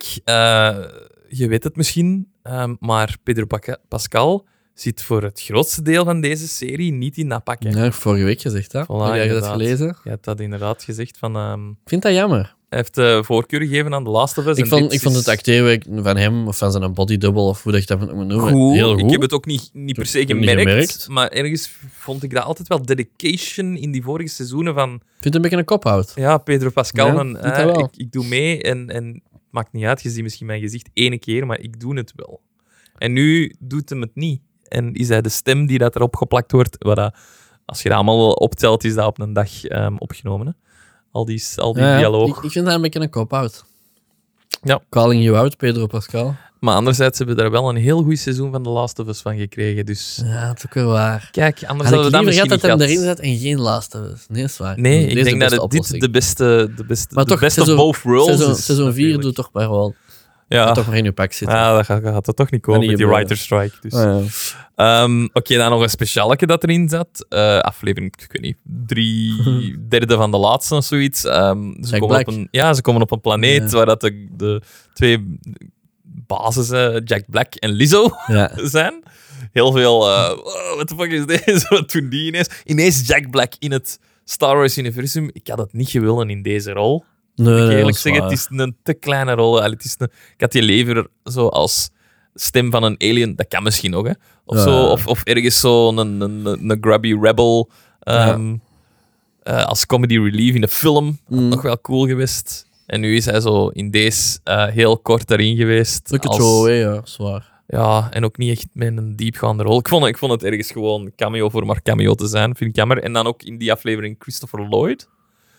Je weet het misschien, maar Pedro Pascal zit voor het grootste deel van deze serie niet in dat pak. Hè. Ja, heb ik vorige week gezegd, hè? Voilà, Heb jij dat gelezen? Je hebt dat inderdaad gezegd. Ik vind dat jammer. Hij heeft voorkeur gegeven aan The Last of Us. Ik vond het acteerwerk van hem, of van zijn body double, of hoe dat je dat moet noemen, goed. heel goed. Ik heb het ook niet per se gemerkt, gemerkt. maar ergens vond ik dat altijd wel dedication in die vorige seizoenen van... Ik vind het een beetje een cop-out. Ja, Pedro Pascal, Ja, ik doe mee en het maakt niet uit, je ziet misschien mijn gezicht 1 keer, maar ik doe het wel. En nu doet hem het niet. En is hij de stem die dat erop geplakt wordt, als je dat allemaal optelt, is dat op een dag opgenomen. Hè? Al die dialoog. Ik vind dat een beetje een cop-out. Ja. Calling you out, Pedro Pascal. Maar anderzijds hebben we daar wel een heel goed seizoen van The Last of Us van gekregen. Dus Ja, dat is ook wel waar. kijk, anders Had hadden ik we dat liever misschien gehad dat niet hij gehad. erin zat en geen Last of Us. Nee, dat is waar. Nee, Deze ik denk de dat beste dit de beste Maar toch, best of both worlds is. Seizoen 4 natuurlijk. doet toch maar wel. Ja, Toch maar in je pak zitten. dat gaat er toch niet komen niet met die gebeuren. writer's strike. Dus. Ja. Oké, dan nog een specialeke dat erin zat. Aflevering, ik weet niet, 3/3 van de laatste of zoiets. Ze komen op een planeet waar dat de twee bases, Jack Black en Lizzo, zijn. Heel veel, what the fuck is deze? Wat doen die ineens? Ineens Jack Black in het Star Wars-universum. Ik had het niet gewillen in deze rol. Nee, Ik eerlijk dat zeggen, waar. het is een te kleine rol. Ik had die liever zo als stem van een alien, dat kan misschien nog, hè. Of ergens zo een grubby rebel als comedy relief in de film. Nog wel cool geweest. En nu is hij zo in deze heel kort daarin geweest. Look at zo, ja, zwaar. Ja, en ook niet echt met een diepgaande rol. Ik vond het ergens gewoon cameo voor maar cameo te zijn, vind ik jammer. En dan ook in die aflevering Christopher Lloyd.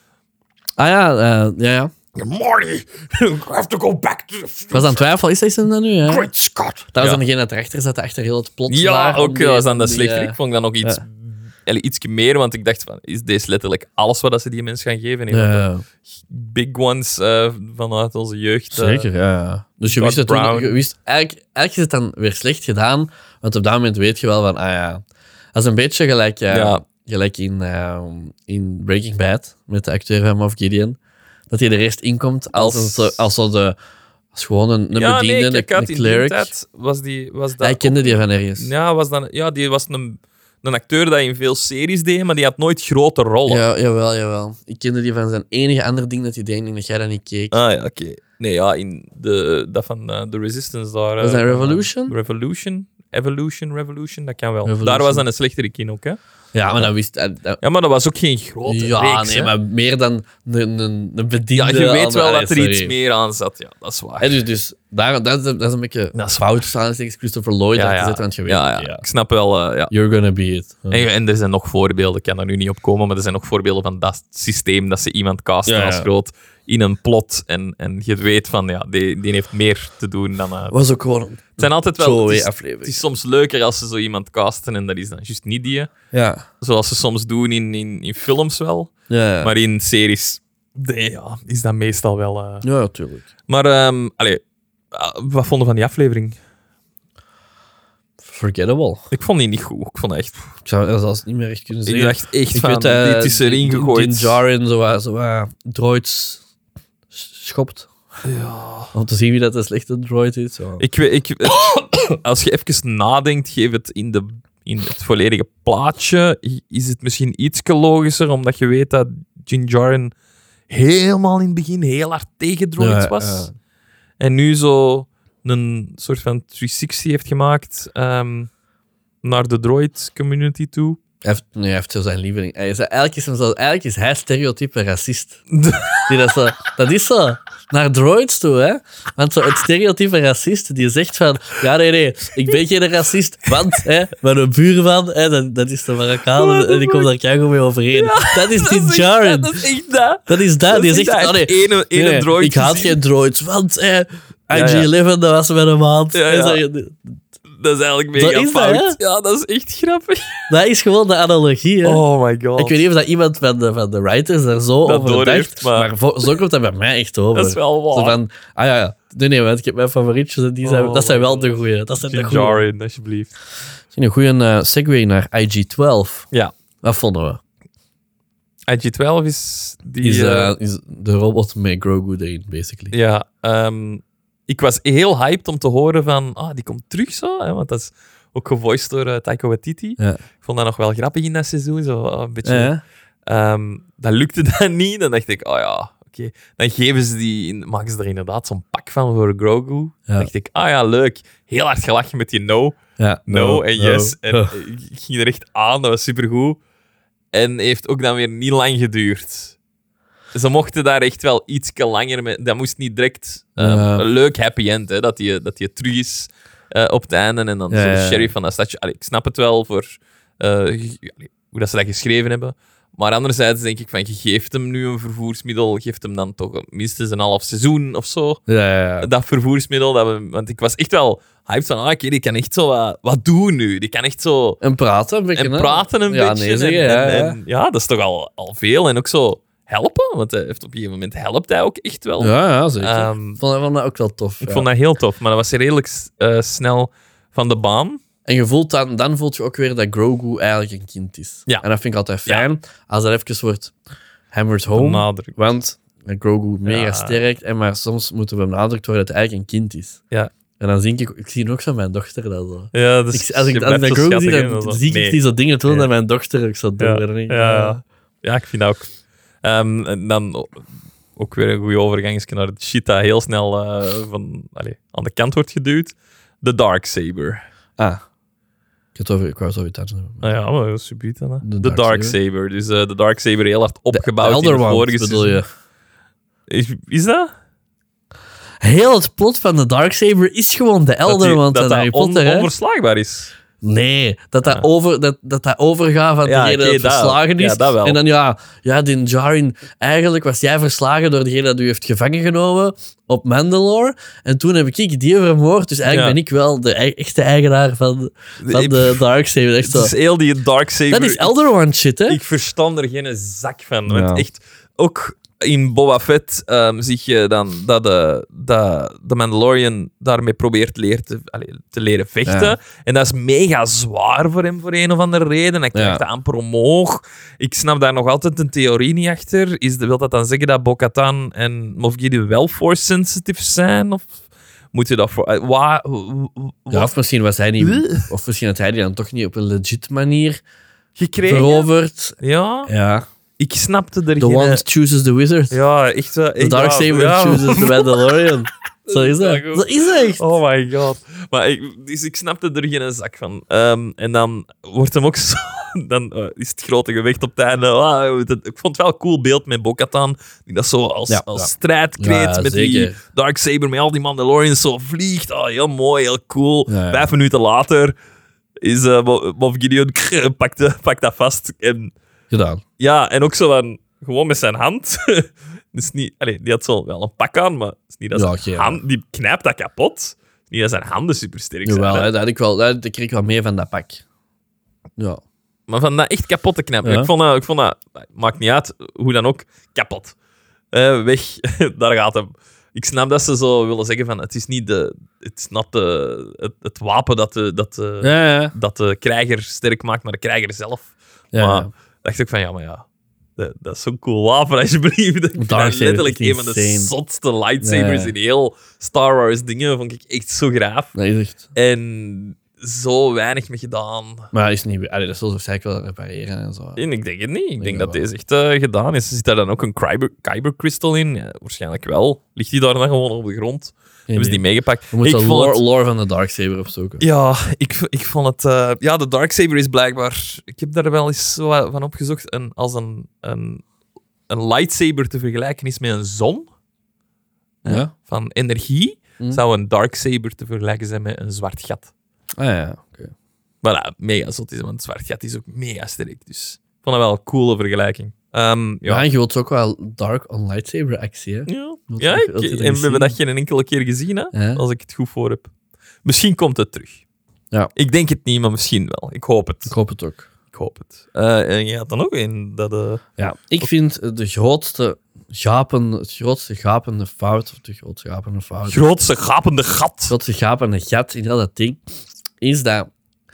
Ja. Marty, I have to go back to the future. Ik was aan het twijfelen, is hij dan nu? Ja? Great Scott. Dat was dan degene dat erachter zat, achter heel het plot. Ja, daar, ook om dat was dan de die, slechterik. Ik vond dan nog iets meer, want ik dacht van, is deze letterlijk alles wat ze die mensen gaan geven? Big ones vanuit onze jeugd. Zeker, ja. Dus je Scott wist het toen, Brown. je wist, eigenlijk is het dan weer slecht gedaan, want op dat moment weet je wel van, dat is een beetje gelijk in Breaking Bad, met de acteur van Moff Gideon, dat hij er eerst inkomt als gewoon een bediende, een cleric. Was dat Hij kende die van ergens. Die was een acteur dat in veel series deed, maar die had nooit grote rollen. Ja, jawel. Ik kende die van zijn enige andere ding dat hij deed, en dat jij dat niet keek. Ah ja, oké. Nee, in dat van The Resistance daar. Was dat Revolution? Revolution, dat kan wel. Revolution. Daar was dan een slechterik in ook, hè? Ja, maar dat wist... Ja, maar dat was ook geen grote reeks, hè? maar meer dan een bediende. Ja, je weet wel dat er sorry. iets meer aan zat. Ja, dat is waar. Hè, dus dat is een beetje fout staan tegen Christopher Lloyd te zetten, want je weet... Ik snap wel, You're gonna be it. En er zijn nog voorbeelden, ik kan er nu niet op komen, maar er zijn nog voorbeelden van dat systeem dat ze iemand casten als groot in een plot en je weet van, ja, die heeft meer te doen dan... Was ook gewoon het zijn altijd wel... throwaway Het aflevering. is soms leuker als ze zo iemand casten en dat is dan juist niet die. Ja. Zoals ze soms doen in films wel. Ja. Maar in series is dat meestal wel... Ja, natuurlijk. Maar, wat vonden van die aflevering? Forgettable. Ik vond die niet goed. Ik vond echt... Ik zou het zelfs niet meer echt kunnen Ik zeggen. dacht echt Ik van, weet, dit is erin gegooid. Din Djarin zo droids schopt. Ja. Om te zien wie dat de slechte droid is. Zo. Als je even nadenkt, geef het in het volledige plaatje, is het misschien iets logischer, omdat je weet dat Din Djarin helemaal in het begin heel hard tegen droids was. Ja. En nu zo een soort van 360 heeft gemaakt naar de droid community toe. Hij heeft zo zijn lieveling. Eigenlijk is hij stereotype racist. Dat is zo. Naar droids toe, hè. Want zo het stereotype racist, die zegt van... Ja, nee, ik ben geen racist, want mijn buurman, dat is de Marokkaan en die komt daar keigoed mee overeen. Ja, dat is Din Djarin. Dat is echt dat. Dat is dat. Die zegt... Oh, ene droid ik haat gezien. geen droids, want IG-11, dat was met een maand. Ja. Dat is eigenlijk mega Dat is dat, fout. hè? Ja, dat is echt grappig. Dat is gewoon de analogie, hè. Oh my god. Ik weet niet of dat iemand van de writers daar zo Dat over doorheeft, dacht, maar- maar zo komt dat bij mij echt over. Dat is wel waar. Zo van, ja. Nee, want ik heb mijn favorietjes en die zijn, Oh dat zijn my wel God. de goeie. Dat zijn de Din goeie. Djarin, alsjeblieft. Misschien een goede segue naar IG-12. Ja. Wat vonden we? IG-12 is die... Is de robot met Grogu erin, basically. Ja, ik was heel hyped om te horen van... die komt terug zo, hè, want dat is ook gevoiced door Taika Waititi. Ja. Ik vond dat nog wel grappig in dat seizoen, zo een beetje... Ja. Dat lukte dan niet. Dan dacht ik, oké. Dan geven ze maken ze er inderdaad zo'n pak van voor Grogu. Ja. Dan dacht ik, leuk. Heel hard gelachen met die no en yes. En ik ging er echt aan, dat was supergoed. En heeft ook dan weer niet lang geduurd. Ze mochten daar echt wel iets langer mee. Dat moest niet direct een leuk happy end, hè, dat hij terug is op het einde. En dan zo sheriff van dat stadje. Ik snap het wel voor hoe dat ze dat geschreven hebben. Maar anderzijds denk ik van, je geeft hem nu een vervoersmiddel, geeft hem dan toch minstens een half seizoen of zo. Ja. Dat vervoersmiddel. Want ik was echt wel hyped van, die kan echt zo wat doen nu. Die kan echt zo... En praten een beetje. En hè? praten een ja, beetje. Nee, zeggen, En dat is toch al veel. En ook zo helpen, want hij heeft op een gegeven moment helpt hij ook echt wel. Ja, zeker. Ehm, Ik vond dat ook wel tof. Ik vond dat heel tof, maar dat was redelijk snel van de baan. En je voelt dan voelt je ook weer dat Grogu eigenlijk een kind is. Ja. En dat vind ik altijd fijn, als dat even wordt hammered home. Benadrukt. Want Grogu mega Ja. sterk, maar soms moeten we benadrukt worden dat hij eigenlijk een kind is. Ja. En dan zie ik zie ook zo mijn dochter dat zo. Ja, dus Als ik dat Grogu zie, dan zie ik die zo dingen doen dat mijn dochter ook zo doet. Ja, ik vind dat ook. En dan ook weer een goede overgang naar het shit dat heel snel aan de kant wordt geduwd. De Darksaber. Ik wou zo iets anders hebben. Ja, maar dat is subiet dan. Hè. De De Darksaber. Dus de Darksaber heel hard opgebouwd in Elder het Wand, vorige bedoel je? seizoen. Is dat? Heel het plot van de Darksaber is gewoon de Elder Wand dat van Harry dat Potter, hè? onverslaagbaar is. Nee, dat overgaat van Ja, degene oké, dat verslagen is. ja, dat wel. En dan, Din Djarin, eigenlijk was jij verslagen door degene dat u heeft gevangen genomen op Mandalore. En toen heb ik die vermoord. Dus eigenlijk ben ik wel de echte eigenaar van de Darksaber. Echt zo. Het is heel die Darksaber. Dat is Elder Wand shit, hè? Ik verstand er geen zak van. Ja. Want echt, ook in Boba Fett zie je dan dat de Mandalorian daarmee probeert te leren vechten. Ja. En dat is mega zwaar voor hem voor een of andere reden. Hij krijgt dat amper omhoog. Ik snap daar nog altijd een theorie niet achter. Wil dat dan zeggen dat Bo-Katan en Moff Gideon wel force-sensitive zijn? Of moet je dat voor... Ja, of misschien was hij niet... Of misschien had hij die dan toch niet op een legit manier gekregen? veroverd. Ja. Ja. Ik snapte er The geen... one chooses the wizard. Ja, echt zo. The Darksaber chooses the Mandalorian. Zo is dat. goed. Dat is echt. Oh my god. Maar ik snapte er geen zak van. En dan wordt hem ook zo... Dan is het grote gewicht op het einde. Ik vond het wel een cool beeld met Bo-Katan. Die dat zo als strijdkreet met zeker. die Darksaber, met al die Mandalorians zo vliegt. Heel mooi, heel cool. Ja. 5 minuten later is Moff Gideon pakt dat vast. En Gedaan. ja, en ook zo van... Gewoon met zijn hand. Dus niet, die had zo wel een pak aan, maar het is niet dat Ja, zijn oké, hand... Die knijpt dat kapot. Het is niet dat zijn handen supersterk zijn. Jawel, hè. hè, dat had ik wel. Dat kreeg ik wel mee van dat pak. Ja. Maar van dat echt kapot te knappen. Ja. Ik vond dat... Maakt niet uit, hoe dan ook, kapot. Weg, daar gaat hem. Ik snap dat ze zo willen zeggen van... Het is niet het wapen dat de krijger sterk maakt, maar de krijger zelf. Ja. Maar dacht ik van, dat is zo'n cool wapen, alsjeblieft. Ik vind dat Darksaber letterlijk is een van de insane. zotste lightsabers Ja. in heel Star Wars dingen. Vond ik echt zo graaf. Dat is echt... En zo weinig mee gedaan. Maar dat is niet... Allee, dat zullen ze waarschijnlijk wel repareren en zo. En ik denk het niet. Ik denk dat dat deze echt gedaan is. Zit daar dan ook een Kyber Crystal in? Ja, waarschijnlijk wel. Ligt die daar dan gewoon op de grond? Hebben ze die meegepakt? We moeten Ik de vond het- lore van de Darksaber opzoeken. Ja, ik vond het... de Darksaber is blijkbaar... Ik heb daar wel eens zo wat van opgezocht. Als een lightsaber te vergelijken is met een zon Ja? van energie, Hm. zou een Darksaber te vergelijken zijn met een zwart gat. Ah ja, oké. Voilà, mega zot is, want het zwart gat is ook mega sterk. Dus ik vond dat wel een coole vergelijking. Ja. Ja, en je wilt ook wel Dark on Lightsaber actie, hè? Ja, Wilt ja je- wilt je dat en we eens hebben dat zien? geen enkele keer gezien, hè, Ja. als ik het goed voor heb. Misschien komt het terug. Ja. Ik denk het niet, maar misschien wel. Ik hoop het. Ik hoop het ook. Ik hoop het. En je had dan ook een dat... Ja, ik vind de grootste gapende fout, of de grootste gapende fout, grootste gapende gat. het grootste gapende gat in heel dat ding, is dat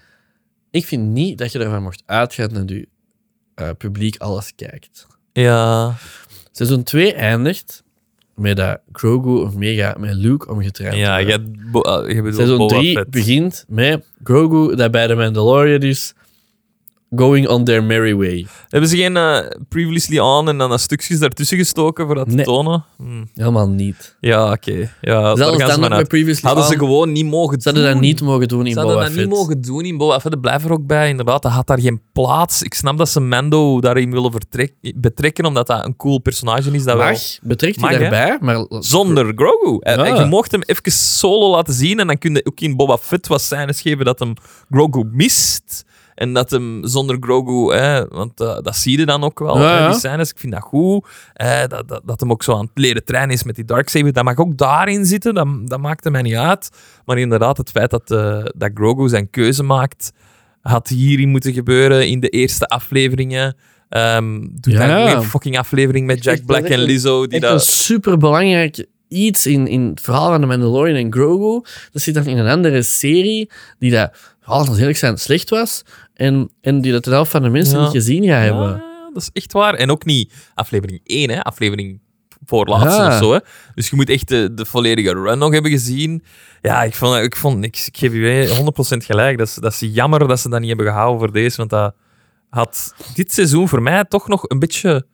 ik vind niet dat je ervan mocht uitgaan dat je publiek alles kijkt. Ja. Seizoen 2 eindigt met dat Grogu mega met Luke omgetraind Ja, wordt. je bedoelt Seizoen Boba 3 Fett. begint met Grogu dat bij de Mandalorian is going on their merry way. Hebben ze geen previously on en dan stukjes daartussen gestoken voor dat te Nee. tonen? Helemaal niet. Ja, oké. Ja, daar Zelfs gaan ze dan nog vanuit. bij Previously Hadden ze On, gewoon niet mogen ze hadden doen. dat niet mogen doen in Ze hadden Boba dat Fett. niet mogen doen in Boba Fett. Dat blijft er ook bij, inderdaad. Dat had daar geen plaats. Ik snap dat ze Mando daarin willen betrekken, omdat dat een cool personage is. Dat wel... Mag, betrekt hij Mag, hè? daarbij, maar... Zonder Grogu. Ja. Je mocht hem even solo laten zien en dan kun je ook in Boba Fett wat scènes geven dat hem Grogu mist. En dat hem zonder Grogu, want dat zie je dan ook wel, Ja, ja. die scènes. Ik vind dat goed. Dat hem ook zo aan het leren trainen is met die Darksaber. Dat mag ook daarin zitten, dat maakte mij niet uit. Maar inderdaad, het feit dat Grogu zijn keuze maakt, had hierin moeten gebeuren in de eerste afleveringen. Doe Ja. daar een fucking aflevering met Jack Echt, Black dat is en echt Lizzo. Die Echt een superbelangrijk iets in het verhaal van de Mandalorian en Grogu. Dat zit dan in een andere serie die dat, als we eerlijk zijn, slecht was. En die dat de helft van de mensen Ja. niet gezien gaat hebben. Ja, dat is echt waar. En ook niet aflevering 1, hè. Aflevering voorlaatste Ja. of zo. Hè. Dus je moet echt de volledige run nog hebben gezien. Ja, ik geef je 100% gelijk. Dat is jammer dat ze dat niet hebben gehouden voor deze, want dat had dit seizoen voor mij toch nog een beetje...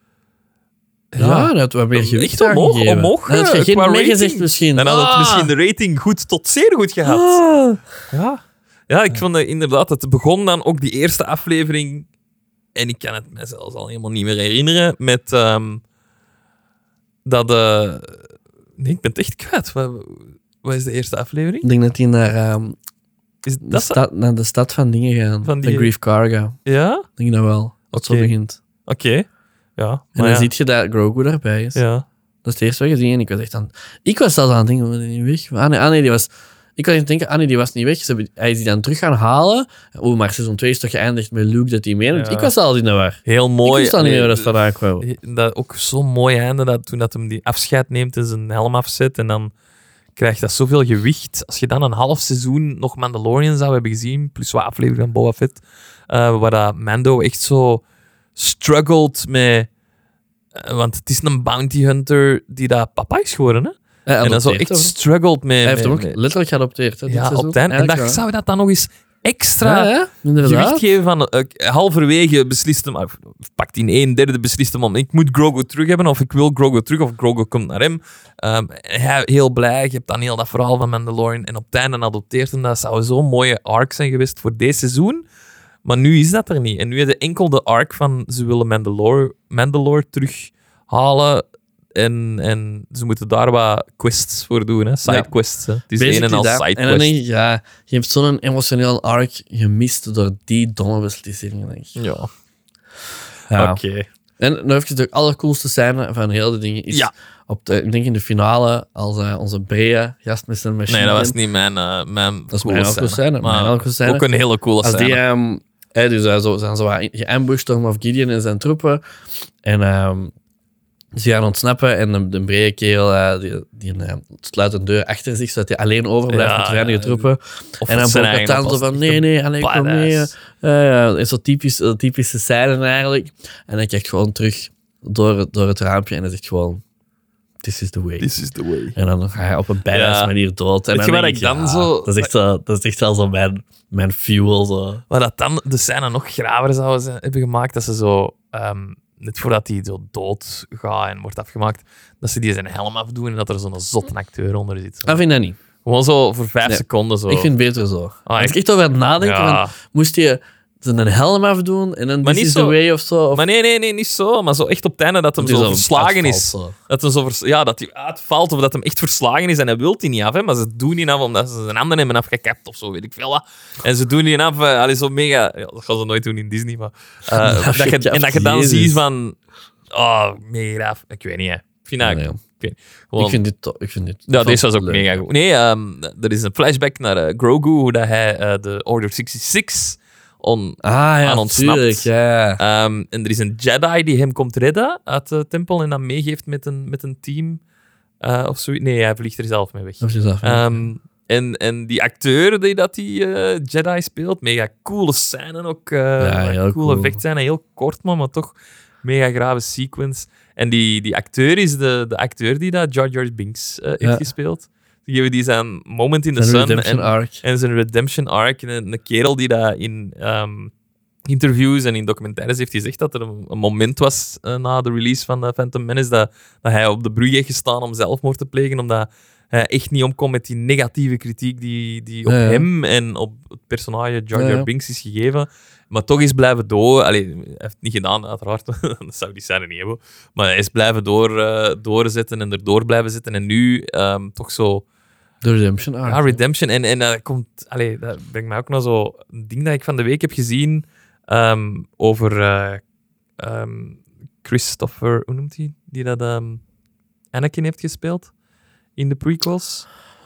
Ja, dat had wat meer gewicht echt omhoog, aangegeven. omhoog, Dan had je qua geen rating. meegezegd misschien. Dan had het misschien de rating goed tot zeer goed gehad. Ja, ik vond inderdaad, het begon dan ook die eerste aflevering, en ik kan het mezelf al helemaal niet meer herinneren, met dat... nee, ik ben het echt kwijt. Wat is de eerste aflevering? Ik denk dat die naar, Is dat naar de stad van dingen gaan. Van die- De Grief Karga. Ja? Ik denk dat wel. Dat zo Oké. begint. Oké. Ja. En maar dan ja. zie je dat Grogu daarbij is. Ja. Dat is het eerste wat je ziet. En ik was echt aan... Ik was zelfs aan het denken, was die niet weg? Nee, die was... Ik was aan het denken, nee, die was niet weg. Hij is die dan terug gaan halen. Maar seizoen 2 is toch geëindigd met Luke dat hij meeneemt. Ja. Ik was zelfs in de war. Heel mooi. Ik wist al niet meer waar dat Allee, vandaan kwam. Dat ook zo'n mooi einde, toen dat hem die afscheid neemt en zijn helm afzet. En dan krijgt dat zoveel gewicht. Als je dan een half seizoen nog Mandalorian zou hebben gezien, plus wat aflevering van Boba Fett, waar dat Mando echt zo struggelt met... want het is een bounty hunter die dat papa is geworden, hè? En dan zo echt struggelt met... Hij heeft hem ook met- letterlijk geadopteerd. Hè, dit ja, seizoen. op het einde. En Eigenlijk dan wel. zou je dat dan nog eens extra... Ja, inderdaad. gewicht geven van halverwege beslist hem, of pakt in 1/3 beslist hem om ik moet Grogu terug hebben of ik wil Grogu terug of Grogu komt naar hem. Hij heel blij, je hebt dan heel dat verhaal van Mandalorian en op het einde adopteert hem. Dat zou zo'n mooie arc zijn geweest voor deze seizoen. Maar nu is dat er niet. En nu heb je enkel de arc van ze willen Mandalore terughalen en ze moeten daar wat quests voor doen, hè? Sidequests. Hè? Het is een en al En dan sidequest. denk je, ja, je hebt zo'n emotioneel arc gemist door die domme beslissingen, denk ik. Ja. Ja. Oké. En nog even de allercoolste scène van heel de dingen is... Ja. Ik denk in de finale, als onze Brea gast met zijn machine Nee, dat gun. was niet mijn Dat is coole mijn ook scène. Maar Mijn ook scène. ook een hele coole Als scène. die... dus zo, zijn zo wat geambushed door Moff Gideon en zijn troepen. En ze gaan ontsnappen. En de brede kerel die sluit een deur achter zich, zodat hij alleen overblijft met de weinige troepen. En dan Bo-Katan zo van, nee, alleen kom mee. Is zo typische scène eigenlijk. En hij kijkt gewoon terug door het raampje en hij zegt gewoon... This is the way. This is the way. En dan ga hij op een badass manier dood. En Weet je dan wat denk ik dan zo... Dat is echt wel zo mijn fuel. Zo. Waar dat dan de scène nog graver zou hebben gemaakt, dat ze zo... net voordat hij zo dood gaat en wordt afgemaakt, dat ze die zijn helm afdoen en dat er zo'n zotte acteur onder zit. Zo. Ik vind dat niet. Gewoon zo voor 5 seconden zo. Ik vind het beter zo. Als ik echt? echt over aan het nadenken, Ja. van, moest je een helm afdoen en dan Maar This niet is the zo. way of zo? Of, Maar nee, niet zo. Maar zo echt op het einde dat hem die zo zo verslagen uitvalt, is. zo. Dat hem dat hij uitvalt of dat hem echt verslagen is en hij wil die niet af. Hè? Maar ze doen die af omdat ze zijn handen hebben afgekapt of zo, weet ik veel wat. En ze doen die af, zo mega... Ja, dat gaan ze nooit doen in Disney, maar... dat je dan Jezus. ziet van... Oh, mega graaf. Ik weet niet, hè. Ik vind dat... Nee. Ik weet niet. Gewoon- Ik vind dit Ja, deze was ook leuk. mega goed. Nee, er is een flashback naar Grogu, hoe dat hij de Order 66 aan ontsnapt. tuurlijk, ja. En er is een Jedi die hem komt redden uit de tempel en dan meegeeft met een team. Of zo. Nee, hij vliegt er zelf mee weg. Dat is jezelf, En die acteur die Jedi speelt, mega coole scène ook. heel coole cool. vechtscène, heel kort maar toch mega grave sequence. En die acteur is de acteur die dat Jar Jar Binks heeft gespeeld. Die geven die zijn moment in the Zijn sun redemption arc. en zijn redemption arc. En een kerel die dat in interviews en in documentaires heeft gezegd dat er een moment was na de release van Phantom Menace dat hij op de brug heeft gestaan om zelfmoord te plegen, omdat hij echt niet omkomt met die negatieve kritiek die op hem en op het personage Jar Jar Binks is gegeven. Maar toch is blijven door. Allee, hij heeft het niet gedaan, uiteraard. Dat zou die scène niet hebben. Maar hij is blijven doorzetten en erdoor blijven zitten. En nu toch zo... De redemption arc. Ja, redemption. En dat komt... Allee, dat brengt mij ook naar zo een ding dat ik van de week heb gezien over Christopher... Hoe noemt hij? Die dat Anakin heeft gespeeld in de prequels.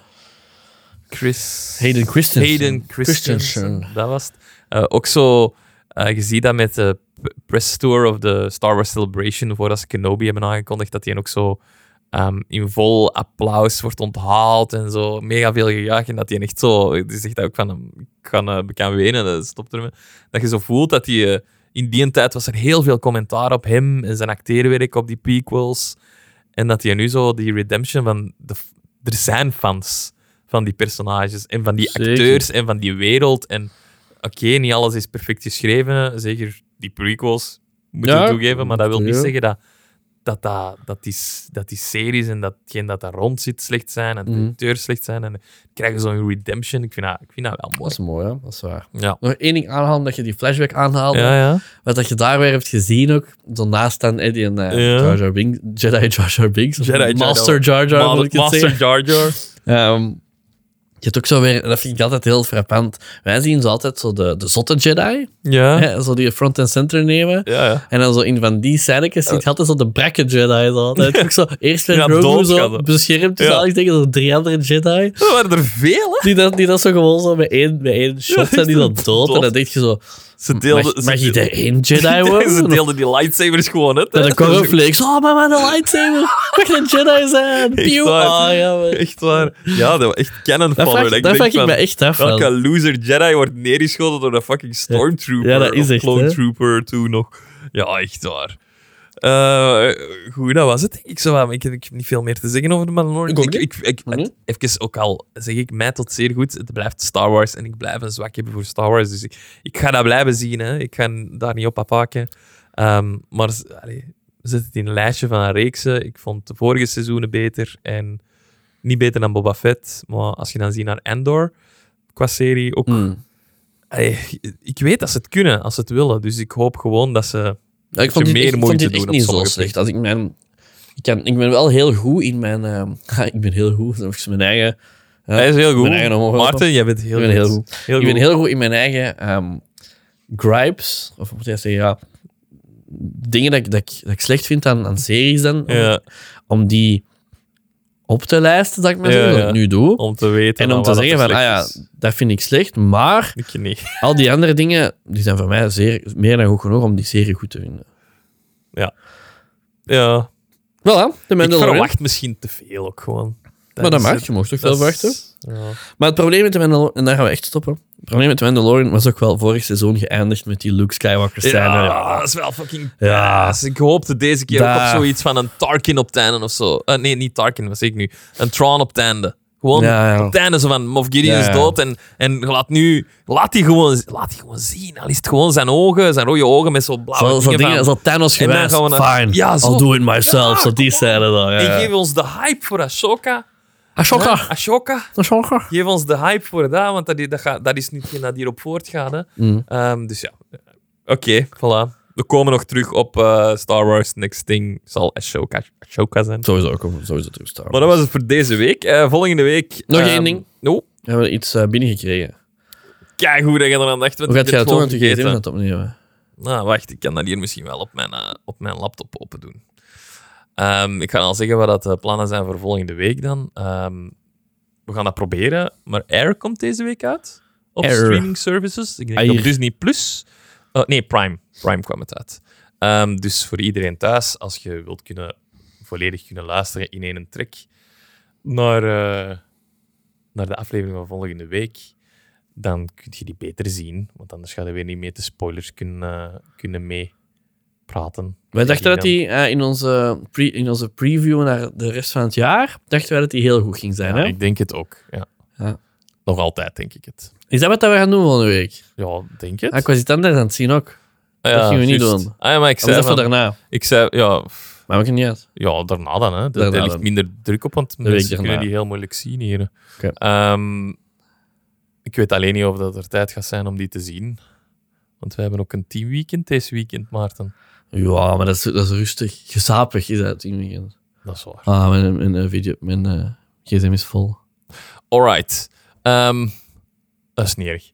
Hayden Christensen. Christensen. Dat was het. Ook zo... je ziet dat met de press tour of de Star Wars Celebration, voordat ze Kenobi hebben aangekondigd, dat hij ook zo in vol applaus wordt onthaald en zo mega veel gejuich. En dat hij echt zo... Die zegt ook van... Ik kan wenen, dat stopt ermee. Dat je zo voelt dat hij... in die tijd was er heel veel commentaar op hem en zijn acteerwerk op die prequels. En dat hij nu zo die redemption van... Er zijn fans van die personages en van die acteurs en van die wereld. En oké, niet alles is perfect geschreven. Zeker die prequels, moet je toegeven. Maar dat wil niet zeggen dat die series en datgene dat daar rond zit slecht zijn. En de acteurs slecht zijn. En dan krijgen zo'n redemption. Ik vind dat wel mooi. Dat is mooi, hè? Dat is waar. Ja. Nog één ding aanhalen, dat je die flashback aanhaalde. Ja. Wat dat je daar weer hebt gezien ook. Zo naast dan Eddie en Jar Jar Binks. Jedi Jar Jar Binks. Master Jar Jar, moet ik het zeggen. Jar Jar. Je hebt ook zo weer, dat vind ik altijd heel frappant. Wij zien zo altijd zo de zotte Jedi. Ja. Hè, zo die front and center nemen. Ja. En dan zo in van die scènetjes zie je altijd zo de brakke Jedi. Zo. Dat ook zo eerst weer Grogu zo beschermd. Dus ik denk zo 3 andere Jedi. Er waren er veel, hè? Die dat zo gewoon zo bij één shot zijn die dan dood. En dan denk je zo... Mag je er 1 Jedi worden? Ze deelden die lightsabers gewoon uit. En dan cornflakes. Oh, maar de lightsaber. Mag een Jedi zijn. Pew. Echt waar. Ja, dat was echt canon fodder. Dat vraag ik me echt af. Welke loser Jedi wordt neergeschoten door een fucking Stormtrooper? Ja, dat is echt, Clone Trooper toen nog. Ja, echt waar. Goed, dat was het. Ik heb niet veel meer te zeggen over de Mandalorian. Even ook al zeg ik mij tot zeer goed. Het blijft Star Wars en ik blijf een zwak hebben voor Star Wars. Dus ik ga dat blijven zien. Hè. Ik ga daar niet op afhaken. Maar zet het in een lijstje van reeksen. Ik vond de vorige seizoenen beter en niet beter dan Boba Fett. Maar als je dan ziet naar Andor qua serie ook... ik weet dat ze het kunnen als ze het willen. Dus ik hoop gewoon dat ze... ik vond dit echt niet zo slecht. Als ik ben wel heel goed in mijn... ik ben heel goed, dat is mijn eigen... Hij is heel goed. Maarten, jij bent heel goed. Ik ben heel goed in mijn eigen gripes. Of moet je zeggen, dingen dat ik slecht vind aan series dan, Ja, om die op te lijsten, dat ik maar zeggen, Ja, dat ja. ik nu doe. om te weten. En om wat te dat zeggen er van, slecht is. dat vind ik slecht, maar Ik niet. al die andere dingen, die zijn voor mij meer dan goed genoeg om die serie goed te vinden. Ja, Voilà, de ik Mandalorian. verwacht misschien te veel ook gewoon. Maar dat is mag, het. je mocht toch veel Dat verwachten. is- Ja. Maar het probleem met de Mandalorian, en daar gaan we echt stoppen. Het probleem met de Mandalorian was ook wel vorig seizoen geëindigd met die Luke Skywalker scène. Ja, dat is wel fucking Ja. badass. Ik hoopte deze keer ook op Daar. zoiets van een Tarkin op het einde of zo. Nee, niet Tarkin, wat zeg ik nu? Een Thrawn op het einde. Gewoon Ja. op het einde zo van Moff Gideon Ja. is dood en laat die gewoon zien. Al is het gewoon zijn ogen, zijn rode ogen met zo'n blauwe Zo dingen dingen, van- zo Thanos En dan gewijs. gaan we naar- Fine, Ja, zo. I'll do it myself. Ja, zo die gewoon. scène dan. Ja. En geef ons de hype voor Ahsoka. Ashoka. Ashoka. Ashoka. Geef ons de hype voor dat, want dat is niet hetgeen dat hierop voortgaat. Hè. Mm. Dus ja, oké, voilà. We komen nog terug op Star Wars Next Thing. Zal Ashoka zijn. Sowieso terug staan. Maar dat was het voor deze week. Volgende week... Nog één ding. Oh, We hebben iets binnengekregen. kijk hoe dat je er aan dacht. want Hoe ik gaat jij ben dat doen? het Want je gewoon gsm vergeten. het opnemen. Nou, wacht. Ik kan dat hier misschien wel op mijn laptop open doen. Ik ga al zeggen wat dat de plannen zijn voor volgende week dan. We gaan dat proberen. Maar Air komt deze week uit. Op Air. streaming services. Ik denk Air. op Disney+. Nee, Prime. Prime kwam het uit. Dus voor iedereen thuis, als je wilt volledig kunnen luisteren in één trek naar de aflevering van volgende week, dan kun je die beter zien. Want anders ga je weer niet met de spoilers kunnen meepraten. Wij dachten dat die in onze preview naar de rest van het jaar, dachten wij dat die heel goed ging zijn. Ja, Hè? ik denk het ook. Ja. Ja. Nog altijd, denk ik het. Is dat wat we gaan doen volgende week? Ja, denk het. Ik was iets anders aan het zien ook. dat gingen we niet juist. doen. Ah, ja, maar ik Dat was zei, even daarna. ja, Maar we niet uit. ja, daarna dan. Hè. Daarna Er ligt dan. minder druk op, want week mensen daarna. kunnen die heel moeilijk zien hier. Oké. Ik weet alleen niet of dat er tijd gaat zijn om die te zien. Want we hebben ook een teamweekend deze weekend, Maarten. Ja, maar dat is rustig. Gezapig is dat in weekend. Dat is waar. Ah, mijn gsm is vol. Alright. Dat is niet erg.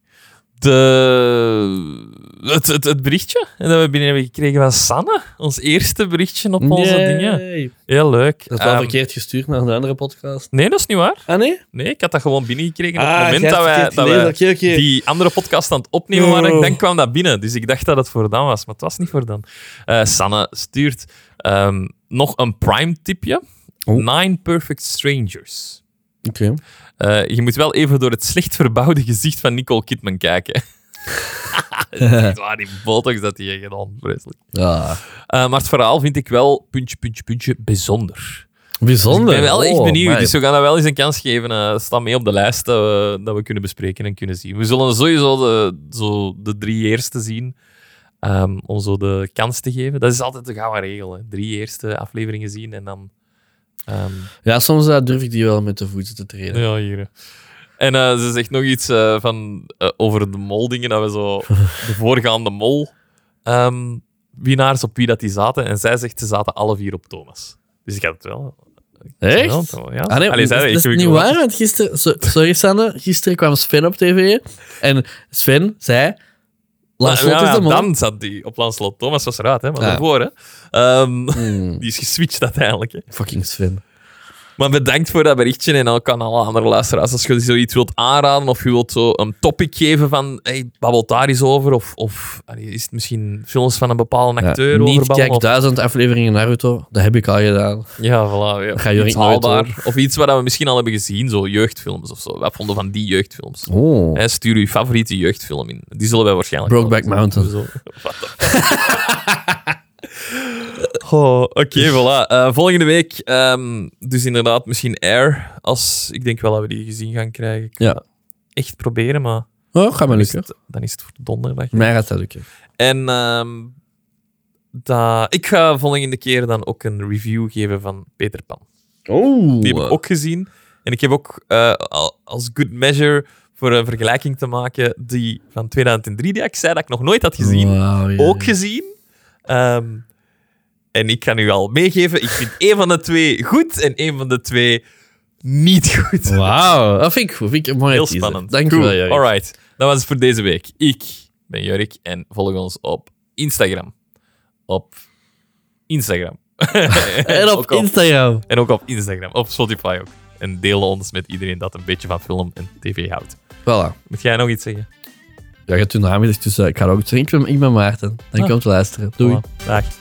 Het berichtje dat we binnen hebben gekregen van Sanne. Ons eerste berichtje op onze dingen. Nee. Heel leuk. Dat is wel verkeerd gestuurd naar de andere podcast. Nee, dat is niet waar. Ah, nee? Nee, ik had dat gewoon binnengekregen op Ah, het moment jij dat hebt wij, verkeerd gelezen. Oké. die andere podcast aan het opnemen waren. Oh. Dan kwam dat binnen. Dus ik dacht dat het voor dan was, maar het was niet voor dan. Sanne stuurt nog een Prime-tipje. Oh. 9 Perfect Strangers. Oké. Je moet wel even door het slecht verbouwde gezicht van Nicole Kidman kijken. Dat is echt waar, die botox dat hij heeft gedaan. Vreselijk. Ja. Maar het verhaal vind ik wel, puntje, bijzonder. Bijzonder. Dus ik ben wel echt benieuwd. amai. Dus we gaan dat wel eens een kans geven. Staat mee op de lijst dat we kunnen bespreken en kunnen zien. We zullen sowieso de 3 eerste zien. Om zo de kans te geven. Dat is altijd de gouden regel. Hè. 3 eerste afleveringen zien en dan... Ja, soms durf ik die wel met de voeten te treden. Ja, hier. En ze zegt nog iets over de moldingen, dat we zo de voorgaande mol winnaars op wie dat die zaten. En zij zegt ze zaten alle 4 op Thomas. Dus ik had het wel. Echt? Ja. Ah, nee, Allee, dat zij- is ik- niet waar, want gisteren... Sorry, Sanne. Gisteren kwam Sven op tv en Sven zei... Lancelot Ja, is de mol. dan zat die op Lancelot. Thomas was eruit, hè, maar Ja. daarvoor. Hè. Die is geswitcht uiteindelijk. Hè. Fucking Sven. Maar bedankt voor dat berichtje en dan kan alle andere luisteraars. Als je zoiets wilt aanraden of je wilt zo een topic geven van hey, babbelt daar eens over of is het misschien films van een bepaalde acteur niet overbabbelen? kijk Of, 1000 afleveringen Naruto. Dat heb ik al gedaan. ja, voilà. Ja. ga je Iets nooit haalbaar. Of iets wat we misschien al hebben gezien, zo jeugdfilms of zo. Wat vonden van die jeugdfilms? Oh. Hè, stuur je favoriete jeugdfilm in. Die zullen wij waarschijnlijk... Brokeback wel Mountain. Zo. What the Oké, voilà. Volgende week, dus inderdaad, misschien Air. Ik denk wel dat we die gezien gaan krijgen. Ik ga Ja. dat echt proberen, maar Oh, ga maar lukken. dan is het voor donderdag. Mij gaat dat lukken. En ik ga volgende keer dan ook een review geven van Peter Pan. Oh. Die heb ik ook gezien. En ik heb ook als good measure, voor een vergelijking te maken, die van 2003, die ik zei dat ik nog nooit had gezien, Wauw, ja. ook gezien. En ik kan u al meegeven, ik vind één van de 2 goed en één van de 2 niet goed. Wauw, dat vind ik goed. Vind ik een mooie Heel teaser. spannend. Dank je wel, Cool. Jurk. Alright, dat was het voor deze week. Ik ben Jurk en volg ons op Instagram. op Instagram. En op Instagram. En ook op Instagram. Op Spotify ook. En deel ons met iedereen dat een beetje van film en tv houdt. Voilà. Moet jij nog iets zeggen? Ja, je hebt toen namiddag, dus ik ga ook zeggen, ik ben Maarten. Dan komt luisteren. Doei. Voilà. Dag.